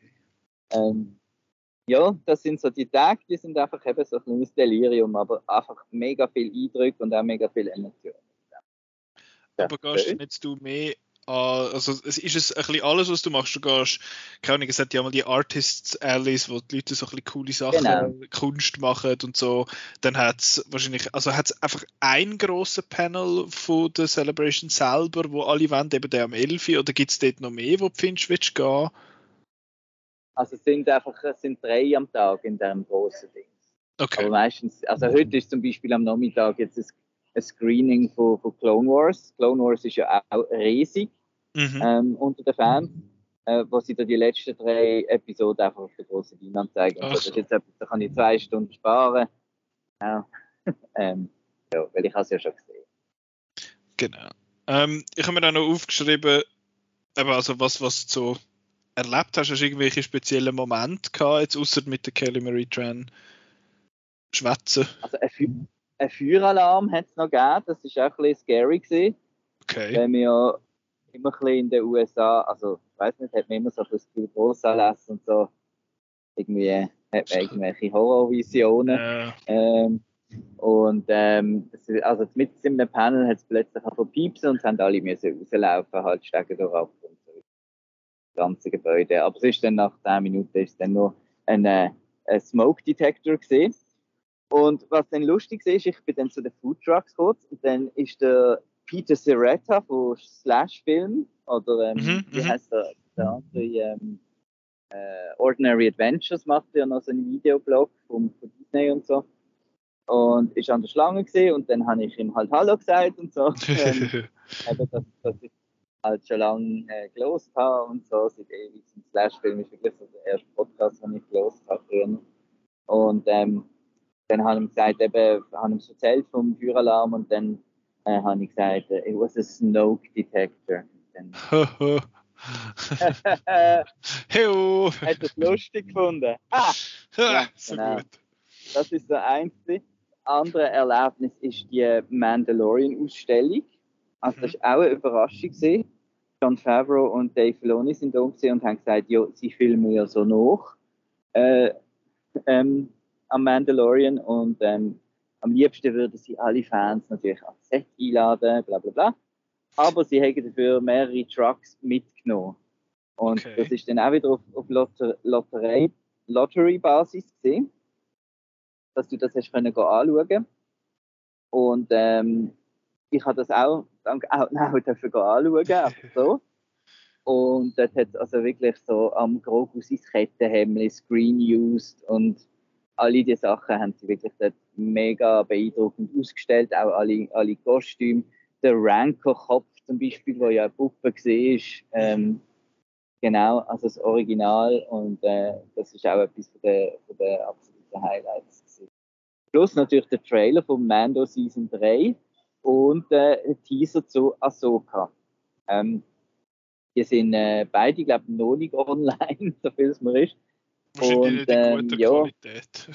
Speaker 2: Ja, das sind so die Tage, die sind einfach eben so ein kleines Delirium, aber einfach mega viel Eindrücke und auch mega viel Emotionen.
Speaker 1: Aber gehst du jetzt mehr also ist es ein bisschen alles, was du machst? Du gehst, keine Ahnung, es hat ja mal die Artists Alleys, wo die Leute so ein bisschen coole Sachen, Kunst machen und so. Dann hat es wahrscheinlich, also hat es einfach ein grosses Panel von der Celebration selber, wo alle wollen, eben der am 11. Oder gibt es dort noch mehr, wo du findest, willst du gehen?
Speaker 2: Also es sind 3 am Tag in diesem grossen Ding.
Speaker 1: Okay.
Speaker 2: Aber meistens, also heute ist zum Beispiel am Nachmittag jetzt ein Screening von Clone Wars. Clone Wars ist ja auch riesig unter den Fans, wo sie da die letzten 3 Episoden einfach auf der grossen Leinwand zeigen. Und so. Das ist jetzt etwas, da kann ich 2 Stunden sparen. Ja, ja, weil ich habe es ja schon gesehen.
Speaker 1: Genau. Ich habe mir dann noch aufgeschrieben, also was du so erlebt hast, hast du irgendwelche speziellen Momente gehabt, jetzt ausser mit der Kelly Marie Tran schwätzen?
Speaker 2: Also ein Feueralarm hat es noch gegeben, das war auch ein bisschen scary gewesen.
Speaker 1: Okay.
Speaker 2: Weil wir ja immer ein bisschen in den USA, also ich weiß nicht, hat man immer so das Gefühl, Grossanlässe und so, irgendwie hat man irgendwelche Horrorvisionen. Und also mit in einem Panel hat es plötzlich verpiepsen und haben alle müssen rauslaufen, halt steigen durch ab und so. Das ganze Gebäude. Aber es ist dann nach 10 Minuten ist dann nur ein Smoke Detector gesehen. Und was dann lustig ist, ich bin dann zu den Food Trucks kurz und dann ist der Peter Serretta von Slash Film oder wie heißt der andere Ordinary Adventures macht ja noch so einen Videoblog von Disney und so und ist an der Schlange gesehen und dann habe ich ihm halt Hallo gesagt und so eben, dass ich halt schon lange gelost habe und so seit ewig. Slash Film ist wirklich so der erste Podcast, den ich gelost habe früher. Und dann habe ich gesagt, habe ich erzählt vom Feueralarm und dann habe ich gesagt, it was a smoke detector.
Speaker 1: Heyo!
Speaker 2: Hat das lustig gefunden. Ja,
Speaker 1: so
Speaker 2: genau.
Speaker 1: gut.
Speaker 2: Das ist das einzige. Andere Erlebnis ist die Mandalorian-Ausstellung. Also das war auch eine Überraschung gewesen. Jon Favreau und Dave Filoni sind da und haben gesagt, ja, sie filmen ja so nach am Mandalorian und am liebsten würden sie alle Fans natürlich ans Set einladen, bla bla bla. Aber sie haben dafür mehrere Trucks mitgenommen. Und das ist dann auch wieder auf Lottery-Basis gesehen, dass du das hast können anschauen. Und ich habe das auch dank Outnow dafür anschauen, einfach so. Und dort hat es also wirklich so am Grogu sein Kettenhemd Screen used und alle diese Sachen haben sie wirklich dort mega beeindruckend ausgestellt, auch alle Kostüme. Der Rancor-Kopf zum Beispiel, der ja eine Puppe war, genau, also das Original und das ist auch etwas von den absoluten Highlights gewesen. Plus natürlich der Trailer von Mando Season 3 und ein Teaser zu Ahsoka. Die sind beide, glaube ich, noch nicht online, so viel es mir ist.
Speaker 1: Wahrscheinlich nicht in guter Qualität.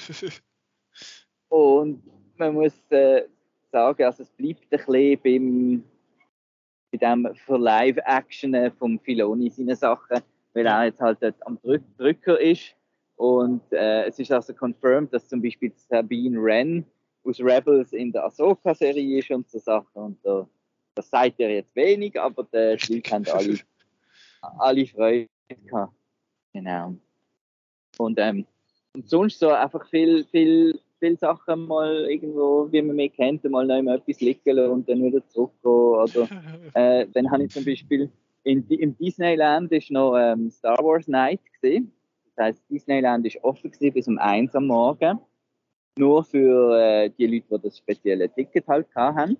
Speaker 2: Und man muss sagen, also es bleibt ein bisschen bei dem für Live-Action vom Filoni seine Sachen, weil er jetzt halt am Drücker ist. Und es ist also confirmed, dass zum Beispiel Sabine Wren aus Rebels in der Ahsoka-Serie ist und so Sachen. Und das sagt er jetzt wenig, aber die Leute haben alle Freude gehabt. Genau. Und sonst so einfach viel Sachen mal irgendwo, wie man mich kennt, mal noch immer etwas liegen lassen und dann wieder zurückgehen. Oder dann habe ich zum Beispiel im Disneyland ist noch Star Wars Night gesehen. Das heisst, Disneyland ist offen gewesen bis um 1 am Morgen. Nur für die Leute, die das spezielle Ticket halt hatten.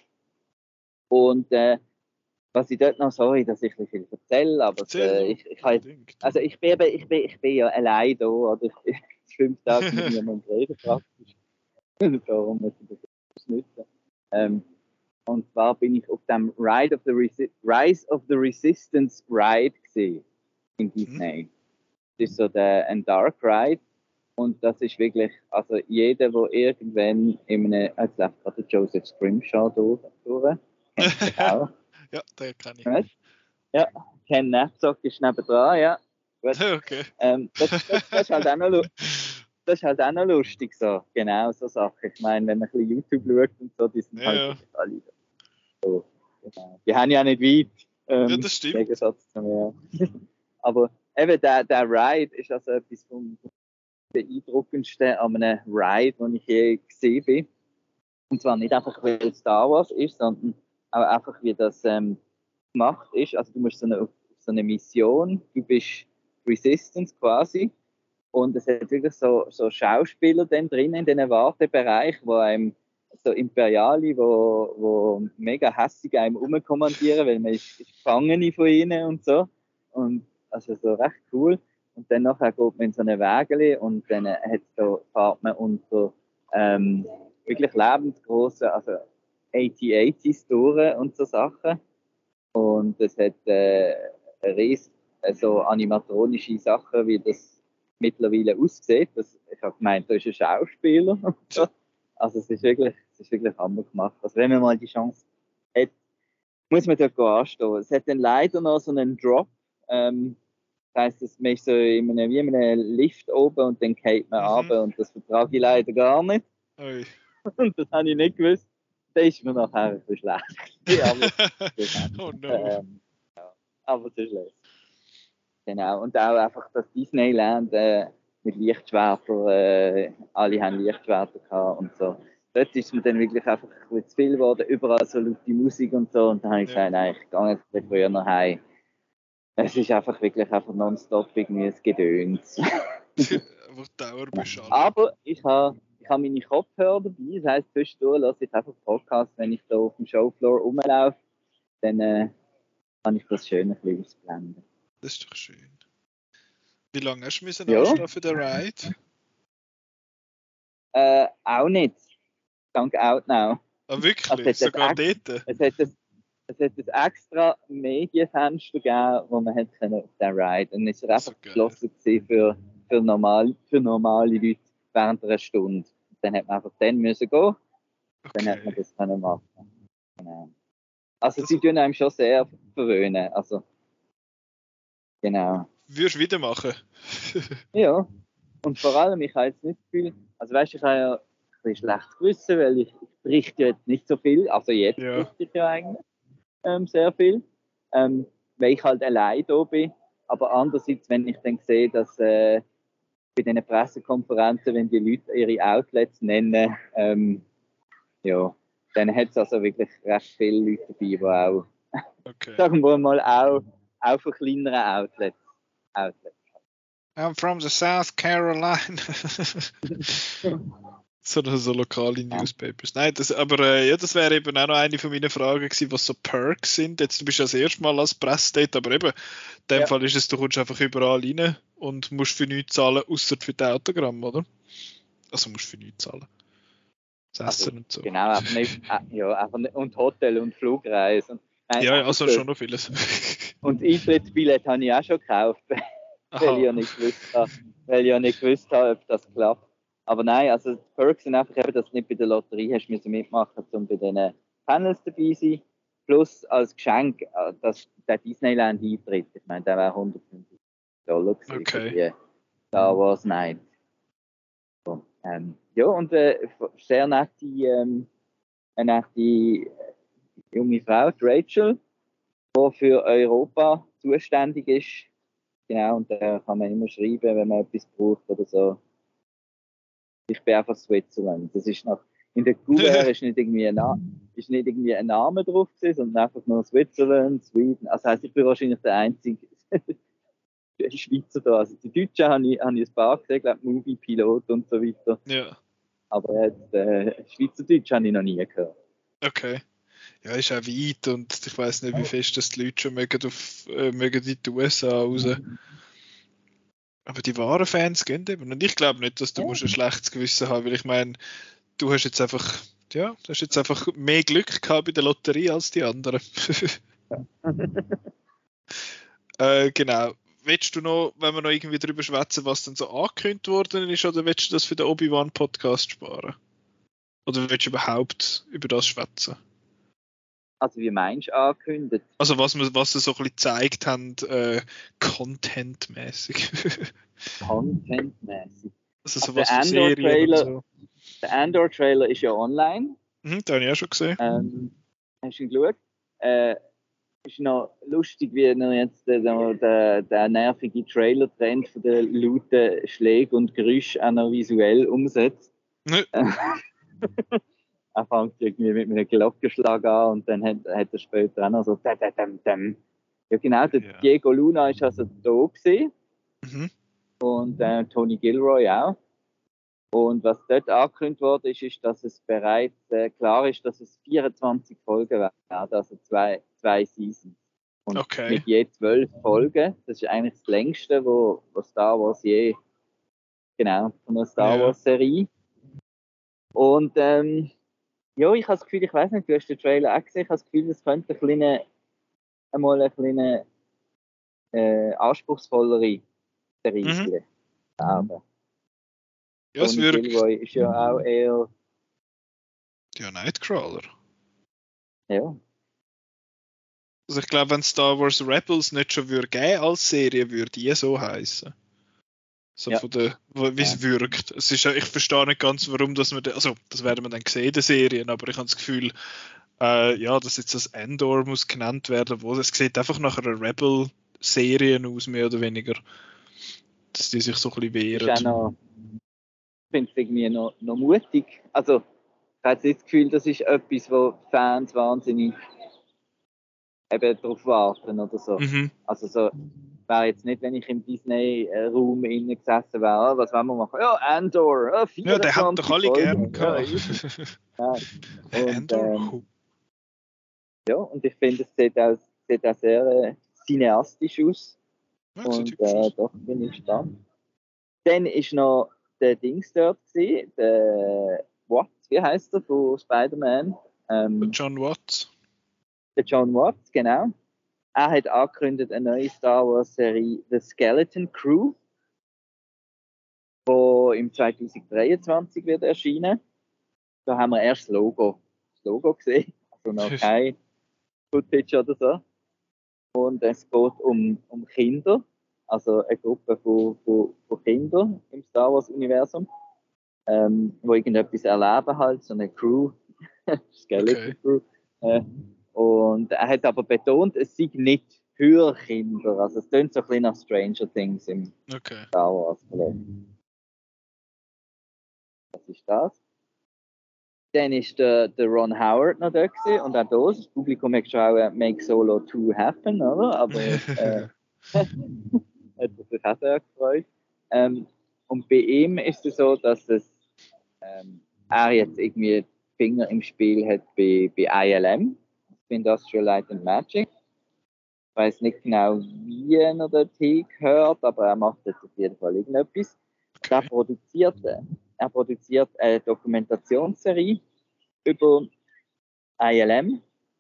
Speaker 2: Und was ich dort noch, sorry, dass ich ein bisschen erzähle, aber ich bin ja allein da, oder ich bin 5 Tage mit niemandem reden praktisch. Darum muss ich das nutzen. Und zwar bin ich auf dem Rise of the Resistance Ride gesehen in Disney. Das ist so ein Dark Ride. Und das ist wirklich, also jeder, der irgendwann jetzt läuft gerade Joseph Scrimshaw durch. Auch.
Speaker 1: Ja, den kann ich.
Speaker 2: Ja, Ken Napzok ist nebendran, ja. Gut.
Speaker 1: Okay.
Speaker 2: Das ist halt auch noch lustig, so. Genau, so Sachen. Ich meine, wenn man ein bisschen YouTube schaut und so, die sind halt alle so. Genau. Die haben ja nicht weit.
Speaker 1: Ja, das stimmt.
Speaker 2: Im Gegensatz zu mir. Aber eben, der Ride ist also etwas vom beeindruckendsten an einem Ride, den ich je gesehen bin. Und zwar nicht einfach, weil es Star Wars ist, sondern auch einfach, wie das gemacht ist. Also du musst so eine Mission, du bist Resistance quasi und es hat wirklich so Schauspieler dann drin in diesen Wartebereich, wo einem so Imperiali, wo mega hässig einem rumkommandieren, weil man ist Gefangene von ihnen und so. Und also so recht cool. Und dann nachher geht man in so eine Wägele und dann fährt man unter wirklich lebensgroßen, also AT-ATs durch und so Sachen. Und es hat so animatronische Sachen, wie das mittlerweile aussieht. Ich habe gemeint, da ist ein Schauspieler. Also es ist wirklich hammer gemacht. Also wenn man mal die Chance hat, muss man dort anstehen. Es hat dann leider noch so einen Drop. Das heisst, man ist so wie in einem Lift oben und dann geht man runter und das vertrage ich leider gar nicht.
Speaker 1: Oi.
Speaker 2: Und das habe ich nicht gewusst. Das ist mir nachher ein bisschen schlecht.
Speaker 1: Oh no.
Speaker 2: Ja, aber es ist lässig. Genau, und auch einfach das Disneyland mit Lichtschwertern, alle haben Lichtschwerter gehabt und so. Dort ist mir dann wirklich einfach ein bisschen zu viel geworden, überall so laute Musik und so. Und dann habe ich gesagt, nein, ich gehe jetzt ein bisschen früher nach Hause. Es ist einfach wirklich nonstop irgendwie ein Gedöns.
Speaker 1: Einfach Dauerbeschallung.
Speaker 2: Aber ich habe meine Kopfhörer dabei, das heisst, zwischendurch lasse ich einfach Podcast, wenn ich da auf dem Showfloor rumlaufe, dann kann ich das schön ein bisschen ausblenden.
Speaker 1: Das ist doch schön. Wie lange hast du anstehen für den Ride?
Speaker 2: Auch nicht. Dank Outnow.
Speaker 1: Ah, wirklich? Sogar dort?
Speaker 2: Es hat ein extra Medienfenster gegeben, wo man auf den Ride. Und es war einfach geschlossen für normale Leute während einer Stunde. Dann hat man einfach dann müssen gehen. Dann hat man das können machen. Genau. Also sie tun einem schon sehr verwöhnen. Also, genau.
Speaker 1: Würdest du wieder machen?
Speaker 2: Ja. Und vor allem, ich habe jetzt nicht das Gefühl, also weißt du, ich habe ja ein bisschen schlechtes Gewissen, weil ich berichte ja jetzt nicht so viel. Also jetzt
Speaker 1: Ja.
Speaker 2: berichte ich ja eigentlich sehr viel. Weil ich halt allein da bin. Aber andererseits, wenn ich dann sehe, dass bei diesen Pressekonferenzen, wenn die Leute ihre Outlets nennen, ja, dann hat es also wirklich recht viele Leute dabei, die auch,
Speaker 1: Okay.
Speaker 2: sagen wir mal, auch für kleinere Outlets.
Speaker 1: I'm from the South Carolina. so lokale Newspapers. Nein, aber ja, das wäre eben auch noch eine von meinen Fragen gewesen, was so Perks sind. Jetzt, du bist ja das erste Mal als Press dort, aber eben, in dem Fall ist es, du kommst einfach überall rein und musst für nichts zahlen, außer für die Autogramm, oder? Also musst für nichts zahlen. Das Essen und so.
Speaker 2: Genau, einfach nicht, einfach nicht, und Hotel und Flugreisen. Nein,
Speaker 1: Ja, also schon noch vieles.
Speaker 2: Und das Eintrittsbillett habe ich auch schon gekauft, weil ich ja nicht gewusst habe, ob das klappt. Aber nein, also die Perks sind einfach eben, dass du nicht bei der Lotterie hast müssen mitmachen, um bei diesen Panels dabei zu sein. Plus als Geschenk, dass der Disneyland-Eintritt, ich meine, der wäre $150 gewesen
Speaker 1: Okay.
Speaker 2: für die Star Wars Night. So, ja, und sehr nette, eine nette junge Frau, die Rachel, die für Europa zuständig ist. Genau, und da kann man immer schreiben, wenn man etwas braucht oder so. Ich bin einfach Switzerland. Das ist noch, in der Kuvert ist nicht irgendwie ein Name drauf gewesen, sondern einfach nur Switzerland, Sweden. Also heisst, ich bin wahrscheinlich der einzige Schweizer da. Also die Deutschen habe ich ein paar gesehen, glaube ich, Movie, Pilot und so weiter.
Speaker 1: Ja.
Speaker 2: Aber jetzt Schweizerdeutsch habe ich noch nie gehört.
Speaker 1: Okay. Ja, ist auch weit und ich weiß nicht, wie fest das die Leute schon mögen in die USA raus. Aber die wahren Fans gehen eben. Und ich glaube nicht, dass du musst ein schlechtes Gewissen haben, weil ich meine, du hast jetzt einfach mehr Glück gehabt bei der Lotterie als die anderen. Genau. Willst du noch, wenn wir noch irgendwie drüber schwätzen, was denn so angekündigt worden ist, oder willst du das für den Obi-Wan-Podcast sparen? Oder willst du überhaupt über das schwätzen?
Speaker 2: Also wie meinst du angekündigt?
Speaker 1: Also was sie so ein bisschen gezeigt haben, contentmäßig.
Speaker 2: Contentmäßig.
Speaker 1: Also sowas für Serien oder so.
Speaker 2: Der Andor-Trailer ist ja online.
Speaker 1: Den habe ich auch schon gesehen.
Speaker 2: Hast du ihn geschaut? Ist noch lustig, wie er jetzt der nervige Trailer-Trend von den lauten Schlägen und Geräuschen auch noch visuell umsetzt.
Speaker 1: Nö.
Speaker 2: Er fängt irgendwie mit einem Glockenschlag an und dann hat er später auch noch so dam. Ja genau, der Diego Luna ist also da gewesen. Und Tony Gilroy auch. Und was dort angekündigt wurde, ist, dass es bereits klar ist, dass es 24 Folgen werden, also zwei Seasons. Und mit je 12 Folgen, das ist eigentlich das längste, wo Star Wars von einer Star Wars Serie. Und ja, ich habe das Gefühl, ich weiß nicht, du hast den Trailer auch gesehen, ich habe das Gefühl, das könnte eine kleine anspruchsvollere Serie haben.
Speaker 1: Ja, es wirkt.
Speaker 2: Gilroy ist ja auch eher.
Speaker 1: Ja, Nightcrawler.
Speaker 2: Ja.
Speaker 1: Also ich glaube, wenn Star Wars Rebels nicht schon würde geben als Serie, würde die so heißen. So von der, wie es wirkt. Es ist, ich verstehe nicht ganz, warum das also das werden wir dann sehen in den Serien, aber ich habe das Gefühl, dass jetzt das Endor muss genannt werden, wo es sieht einfach nach einer Rebel-Serie aus, mehr oder weniger. Dass die sich so ein bisschen wehren.
Speaker 2: Ich finde es irgendwie noch mutig. Also, ich habe jetzt das Gefühl, das ist etwas, wo Fans wahnsinnig eben darauf warten oder so. Also so wäre jetzt nicht, wenn ich im Disney-Raum innen gesessen wäre, was wollen wir machen? Ja, Andor, 24
Speaker 1: ja, der hat doch alle gern gehabt.
Speaker 2: Und ich finde, es sieht auch sehr cineastisch aus.
Speaker 1: Ja,
Speaker 2: und doch bin ich gespannt. Dann war noch der Dings dort gewesen, der Watts, wie heißt er, von Spider-Man?
Speaker 1: John Watts.
Speaker 2: Der John Watts, genau. Er hat angekündigt eine neue Star Wars Serie, The Skeleton Crew, die im 2023 wird erscheinen. Da haben wir erst das Logo gesehen, also noch Footage oder so. Und es geht um Kinder, also eine Gruppe von Kindern im Star Wars-Universum, wo irgendetwas erleben halt, so eine Crew, Skeleton Crew. Und er hat aber betont, es sei nicht für Kinder. Also es klingt so ein bisschen nach Stranger Things im Star Wars. Was ist das? Dann ist der Ron Howard noch da gewesen, und auch das Publikum hat geschrieben, Make Solo 2 happen, oder? Aber hat er sich auch sehr gefreut. Und bei ihm ist es so, dass er jetzt irgendwie Finger im Spiel hat bei ILM, Industrial Light and Magic. Ich weiß nicht genau, wie er dorthin gehört, aber er macht jetzt auf jeden Fall irgendetwas. Er produziert eine Dokumentationsserie über ILM.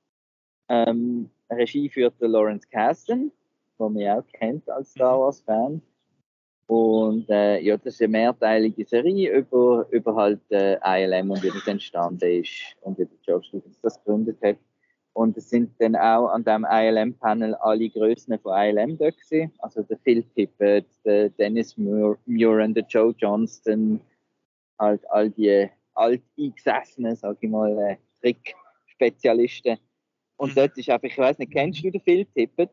Speaker 2: Regie führte Lawrence Kasdan, den man auch kennt als Star Wars-Fan. Und ja, das ist eine mehrteilige Serie über halt ILM und wie das entstanden ist und wie George Lucas das gegründet hat. Und es sind dann auch an dem ILM-Panel alle Grössen von ILM da gewesen. Also der Phil Tippett, der Dennis Muren, der Joe Johnston, halt all die alteingesessenen, sag ich mal, Trick-Spezialisten. Und dort ist einfach, ich weiss nicht, kennst du den Phil Tippett?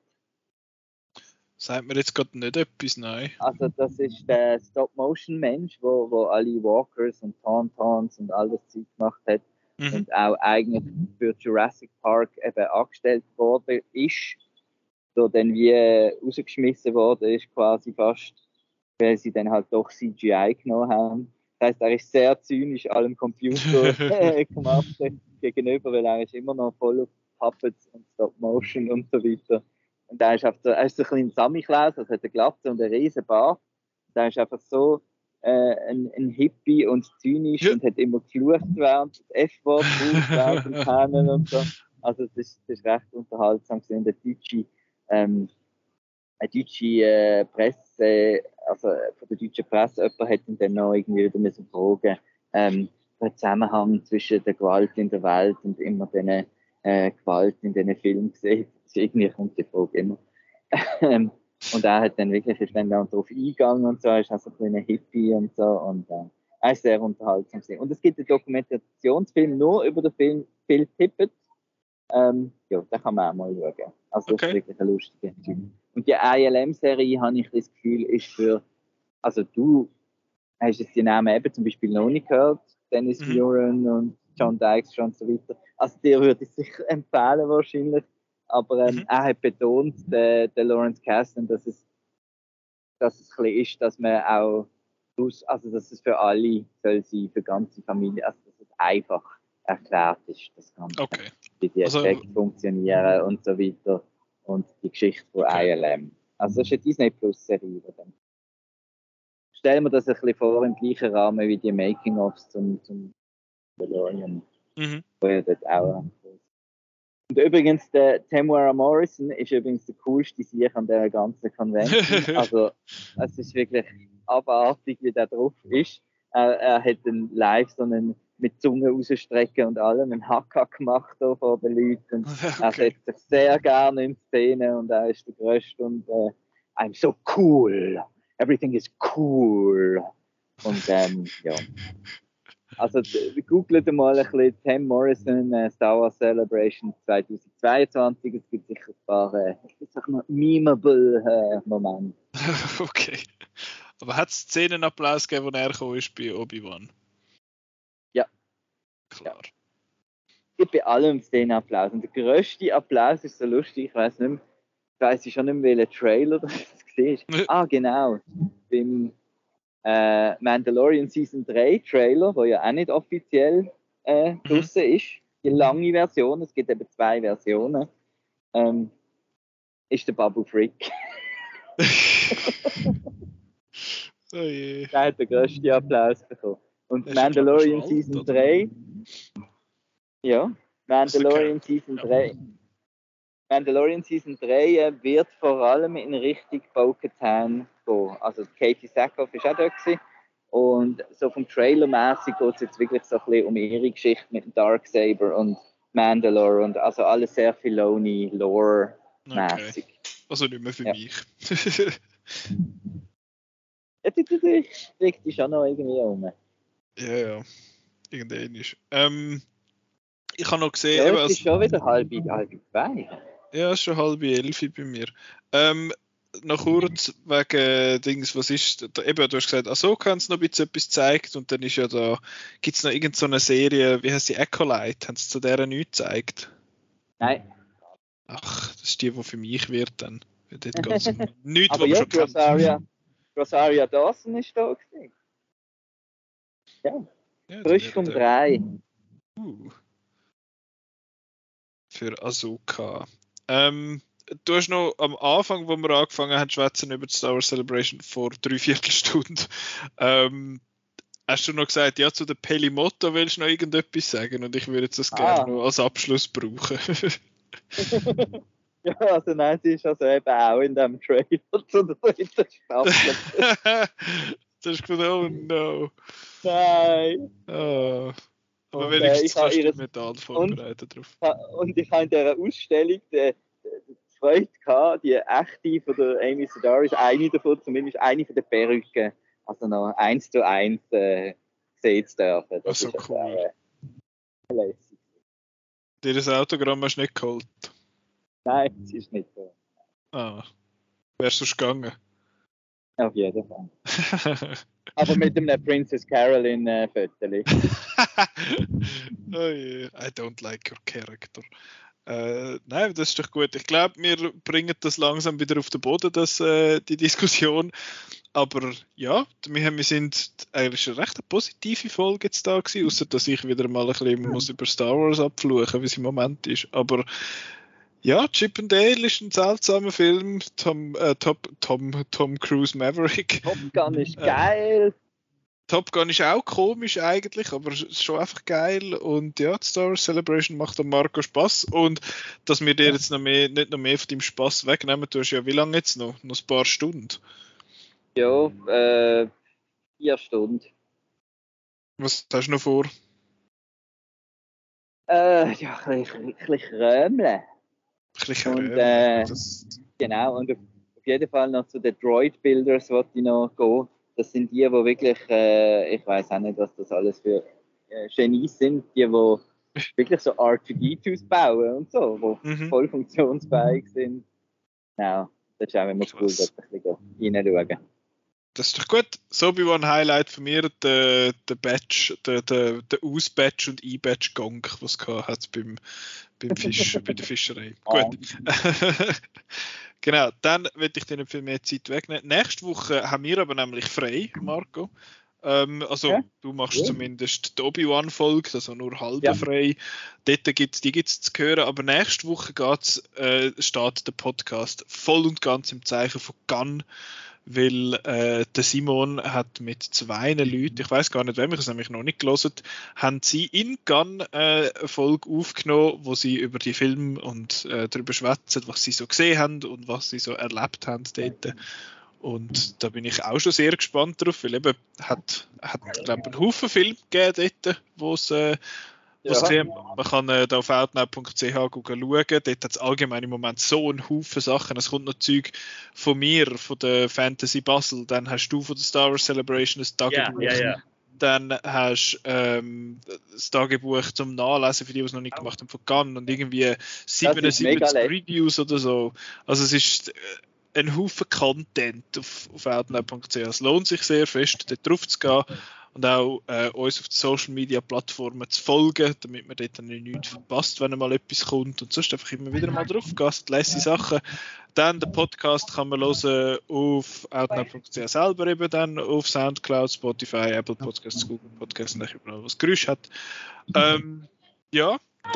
Speaker 1: Sagt mir jetzt gerade nicht etwas, nein.
Speaker 2: Also das ist der Stop-Motion-Mensch, wo alle Walkers und Tauntauns und all das Zeug gemacht hat. Und auch eigentlich für Jurassic Park eben angestellt worden ist, so dann wie rausgeschmissen worden ist, quasi fast, weil sie dann halt doch CGI genommen haben. Das heisst, er ist sehr zynisch allem Computer gemacht gegenüber, weil er ist immer noch voll auf Puppets und Stop-Motion und so weiter. Und er ist so ein bisschen Sammy Klaus, also hat eine Glatze und einen riesen Bart. Der ist einfach so ein Hippie und zynisch und hat immer geflucht, während das F-Wort während dem Panel und so. Also das ist recht unterhaltsam gewesen. Eine deutsche Presse, also von der deutschen Presse, jemand hat ihn dann noch irgendwie wieder müssen fragen, den Zusammenhang zwischen der Gewalt in der Welt und immer diese Gewalt in diesen Filmen gesehen. Irgendwie kommt die Frage immer. Und er hat dann wirklich ist dann darauf eingegangen und so, er ist also ein Hippie und so, und er ist sehr unterhaltsam. Und es gibt einen Dokumentationsfilm nur über den Film Phil Tippett. Ja, den kann man auch mal schauen. Also das ist wirklich ein lustiger Typ. Und die ILM-Serie, habe ich das Gefühl, ist für, also du hast jetzt die Namen eben zum Beispiel noch nicht gehört, Dennis Muren und John Dykstra und so weiter. Also dir würde ich sicher empfehlen wahrscheinlich. Aber er hat betont, der Lawrence Kasdan, dass es ein bisschen ist, dass man auch, also dass es für alle soll sein, für die ganze Familie, also dass es einfach erklärt ist, das Ganze. Wie die Effekte funktionieren und so weiter. Und die Geschichte von ILM. Also das ist eine Disney Plus Serie. Stellen wir das ein bisschen vor im gleichen Rahmen wie die Making-ofs zum DeLorean. Wo ja dort auch. Und übrigens, der Temuera Morrison ist übrigens der coolste Sieg an der ganzen Convention. Also es ist wirklich abartig, wie der drauf ist. Er hat dann live so einen mit Zunge rausstrecken und allem einen Haka gemacht vor den Leuten. Er setzt sich sehr gerne in Szene und er ist der Größte und I'm so cool. Everything is cool. Und ja. Also googelt mal ein bisschen Tim Morrison Star Wars Celebration 2022. Es gibt sicher ein paar memeable Momente.
Speaker 1: Okay. Aber hat es Szenenapplaus gegeben, wo er gekommen ist bei Obi-Wan?
Speaker 2: Ja.
Speaker 1: Klar.
Speaker 2: Ja. Es gibt bei allem Szenenapplaus. Und der grösste Applaus ist so lustig, ich weiß nicht mehr, ich weiß schon nicht mehr, welcher Trailer das war. Genau. Beim Mandalorian Season 3 Trailer, der ja auch nicht offiziell draussen ist, die lange Version, es gibt eben 2 Versionen, ist der Babu Frick.
Speaker 1: Oh je.
Speaker 2: Der hat den grössten Applaus bekommen. Und Mandalorian Season 3, ja, Mandalorian Season 3. Mandalorian Season 3 wird vor allem in Richtung Bo-Katan gehen. Also Katie Sackhoff ist auch da gewesen. Und so vom Trailer-mäßig geht es jetzt wirklich so ein bisschen um ihre Geschichte mit dem Darksaber und Mandalore und also alles sehr Filoni-Lore-mäßig.
Speaker 1: Okay. Also nicht mehr für mich.
Speaker 2: Ja, du kriegst dich schon noch irgendwie um.
Speaker 1: Ja. Irgendwann ist. Ich habe noch gesehen.
Speaker 2: Ja,
Speaker 1: Eben,
Speaker 2: es ist schon wieder halb 2.
Speaker 1: Ja, es ist schon 10:30 bei mir. Noch kurz wegen Dings, was ist, eben, du hast gesagt, Ahsoka haben sie noch ein bisschen etwas gezeigt und dann ist ja da, gibt es noch irgendeine Serie, wie heißt die, Acolyte, haben sie zu der nichts gezeigt?
Speaker 2: Nein.
Speaker 1: Ach, das ist die für mich wird dann. Dort geht's um nichts,
Speaker 2: Aber
Speaker 1: was man
Speaker 2: ja,
Speaker 1: schon
Speaker 2: Rosaria Dawson ist da gewesen. Ja, frisch vom 3.
Speaker 1: Für Ahsoka. Du hast noch am Anfang, wo wir angefangen haben, schwätzen über die Star Wars Celebration vor 3/4 Stunde, hast du noch gesagt, ja, zu der Pelimotto willst du noch irgendetwas sagen und ich würde jetzt das gerne noch als Abschluss brauchen.
Speaker 2: Ja, also nein, sie ist also eben auch in dem Trailer zu der 3. Staffel.
Speaker 1: Das ist gedacht, oh no.
Speaker 2: Nein.
Speaker 1: Oh. Aber wenigstens hast du Metall vorbereitet drauf.
Speaker 2: Und ich habe in dieser Ausstellung die Freude gehabt, die echte von der Amy Sedaris, eine davon, zumindest eine von den Perücken, also noch 1:1 sehen zu dürfen. Das
Speaker 1: ist
Speaker 2: so
Speaker 1: cool.
Speaker 2: Lässig.
Speaker 1: Dir das Autogramm hast du nicht geholt?
Speaker 2: Nein, sie ist nicht so.
Speaker 1: Wärst du gegangen?
Speaker 2: Auf jeden Fall. Aber mit einem Princess Caroline Fötterli.
Speaker 1: Oh yeah, I don't like your character. Nein, das ist doch gut. Ich glaube, wir bringen das langsam wieder auf den Boden, die Diskussion. Aber ja, wir sind eigentlich eine recht positive Folge jetzt da gewesen, außer dass ich wieder mal ein bisschen muss über Star Wars abfluchen, wie es im Moment ist. Aber ja, Chip and Dale ist ein seltsamer Film. Tom Cruise Maverick.
Speaker 2: Top Gun ist geil.
Speaker 1: Top Gun ist auch komisch eigentlich, aber schon einfach geil. Und ja, die Star Wars Celebration macht dem Marco Spaß. Und dass wir dir jetzt nicht noch mehr von deinem Spaß wegnehmen, du hast ja wie lange jetzt noch? Noch ein paar Stunden?
Speaker 2: Ja, 4 Stunden.
Speaker 1: Was hast du noch vor?
Speaker 2: Ja, ein bisschen krömeln. Genau, und auf jeden Fall noch zu den Droid Builders wollte ich noch gehen. Das sind die wirklich, ich weiß auch nicht, was das alles für Genies sind, die wirklich so R2D2s bauen und so, die voll funktionsfähig sind. Genau, das ist auch immer cool, dort ein bisschen reinschauen.
Speaker 1: Das ist doch gut. So wie ein Highlight von mir, der Badge, der Aus-Badge und E-Badge-Gong, was es hat beim Fisch, bei der Fischerei. Gut. Genau, dann will ich dir nicht viel mehr Zeit wegnehmen. Nächste Woche haben wir aber nämlich frei, Marco. Du machst zumindest die Obi-Wan-Folge, also nur halb frei. Dort die gibt's zu hören, aber nächste Woche steht der Podcast voll und ganz im Zeichen von Gunn. Weil der Simon hat mit 2 Leuten, ich weiß gar nicht, wem ich es nämlich noch nicht gelesen, haben sie in Gunn eine Folge aufgenommen, wo sie über die Filme und darüber schwätzen, was sie so gesehen haben und was sie so erlebt haben dort. Und da bin ich auch schon sehr gespannt drauf, weil eben hat glaube ich, einen Haufen Filme gegeben dort, wo es man kann da auf outnow.ch schauen. Dort hat es allgemein im Moment so einen Haufen Sachen. Es kommt noch Zeug von mir, von der Fantasy Basel. Dann hast du von der Star Wars Celebration ein Tagebuch.
Speaker 3: Ja.
Speaker 1: Dann hast du das Tagebuch zum Nachlesen, für die es noch nicht gemacht haben, von Gunn. Und irgendwie 77 Reviews oder so. Also es ist ein Haufen Content auf outnow.ch. Es lohnt sich sehr fest, dort drauf zu gehen. Und auch uns auf den Social Media Plattformen zu folgen, damit man dort nichts verpasst, wenn mal etwas kommt. Und sonst einfach immer wieder mal drauf gehen, lässige Sachen. Dann den Podcast kann man hören auf outnow.ch selber, eben dann auf Soundcloud, Spotify, Apple Podcasts, Google Podcasts und überall, was Geräusch hat. Dann.
Speaker 2: Ja,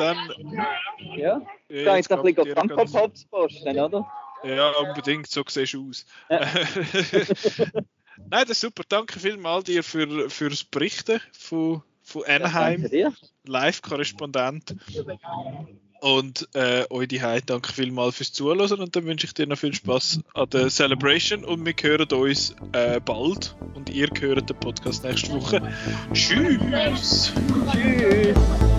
Speaker 2: kann ich noch ein bisschen Funko-Pops posten, oder?
Speaker 1: Ja, unbedingt, so siehst du aus. Ja. Nein, das ist super. Danke vielmals dir fürs Berichten von Anaheim.
Speaker 2: Ja,
Speaker 1: Live-Korrespondent. Und euch die Hause, danke vielmals fürs Zuhören und dann wünsche ich dir noch viel Spaß an der Celebration und wir hören uns bald und ihr hört den Podcast nächste Woche. Tschüss!
Speaker 2: Tschüss!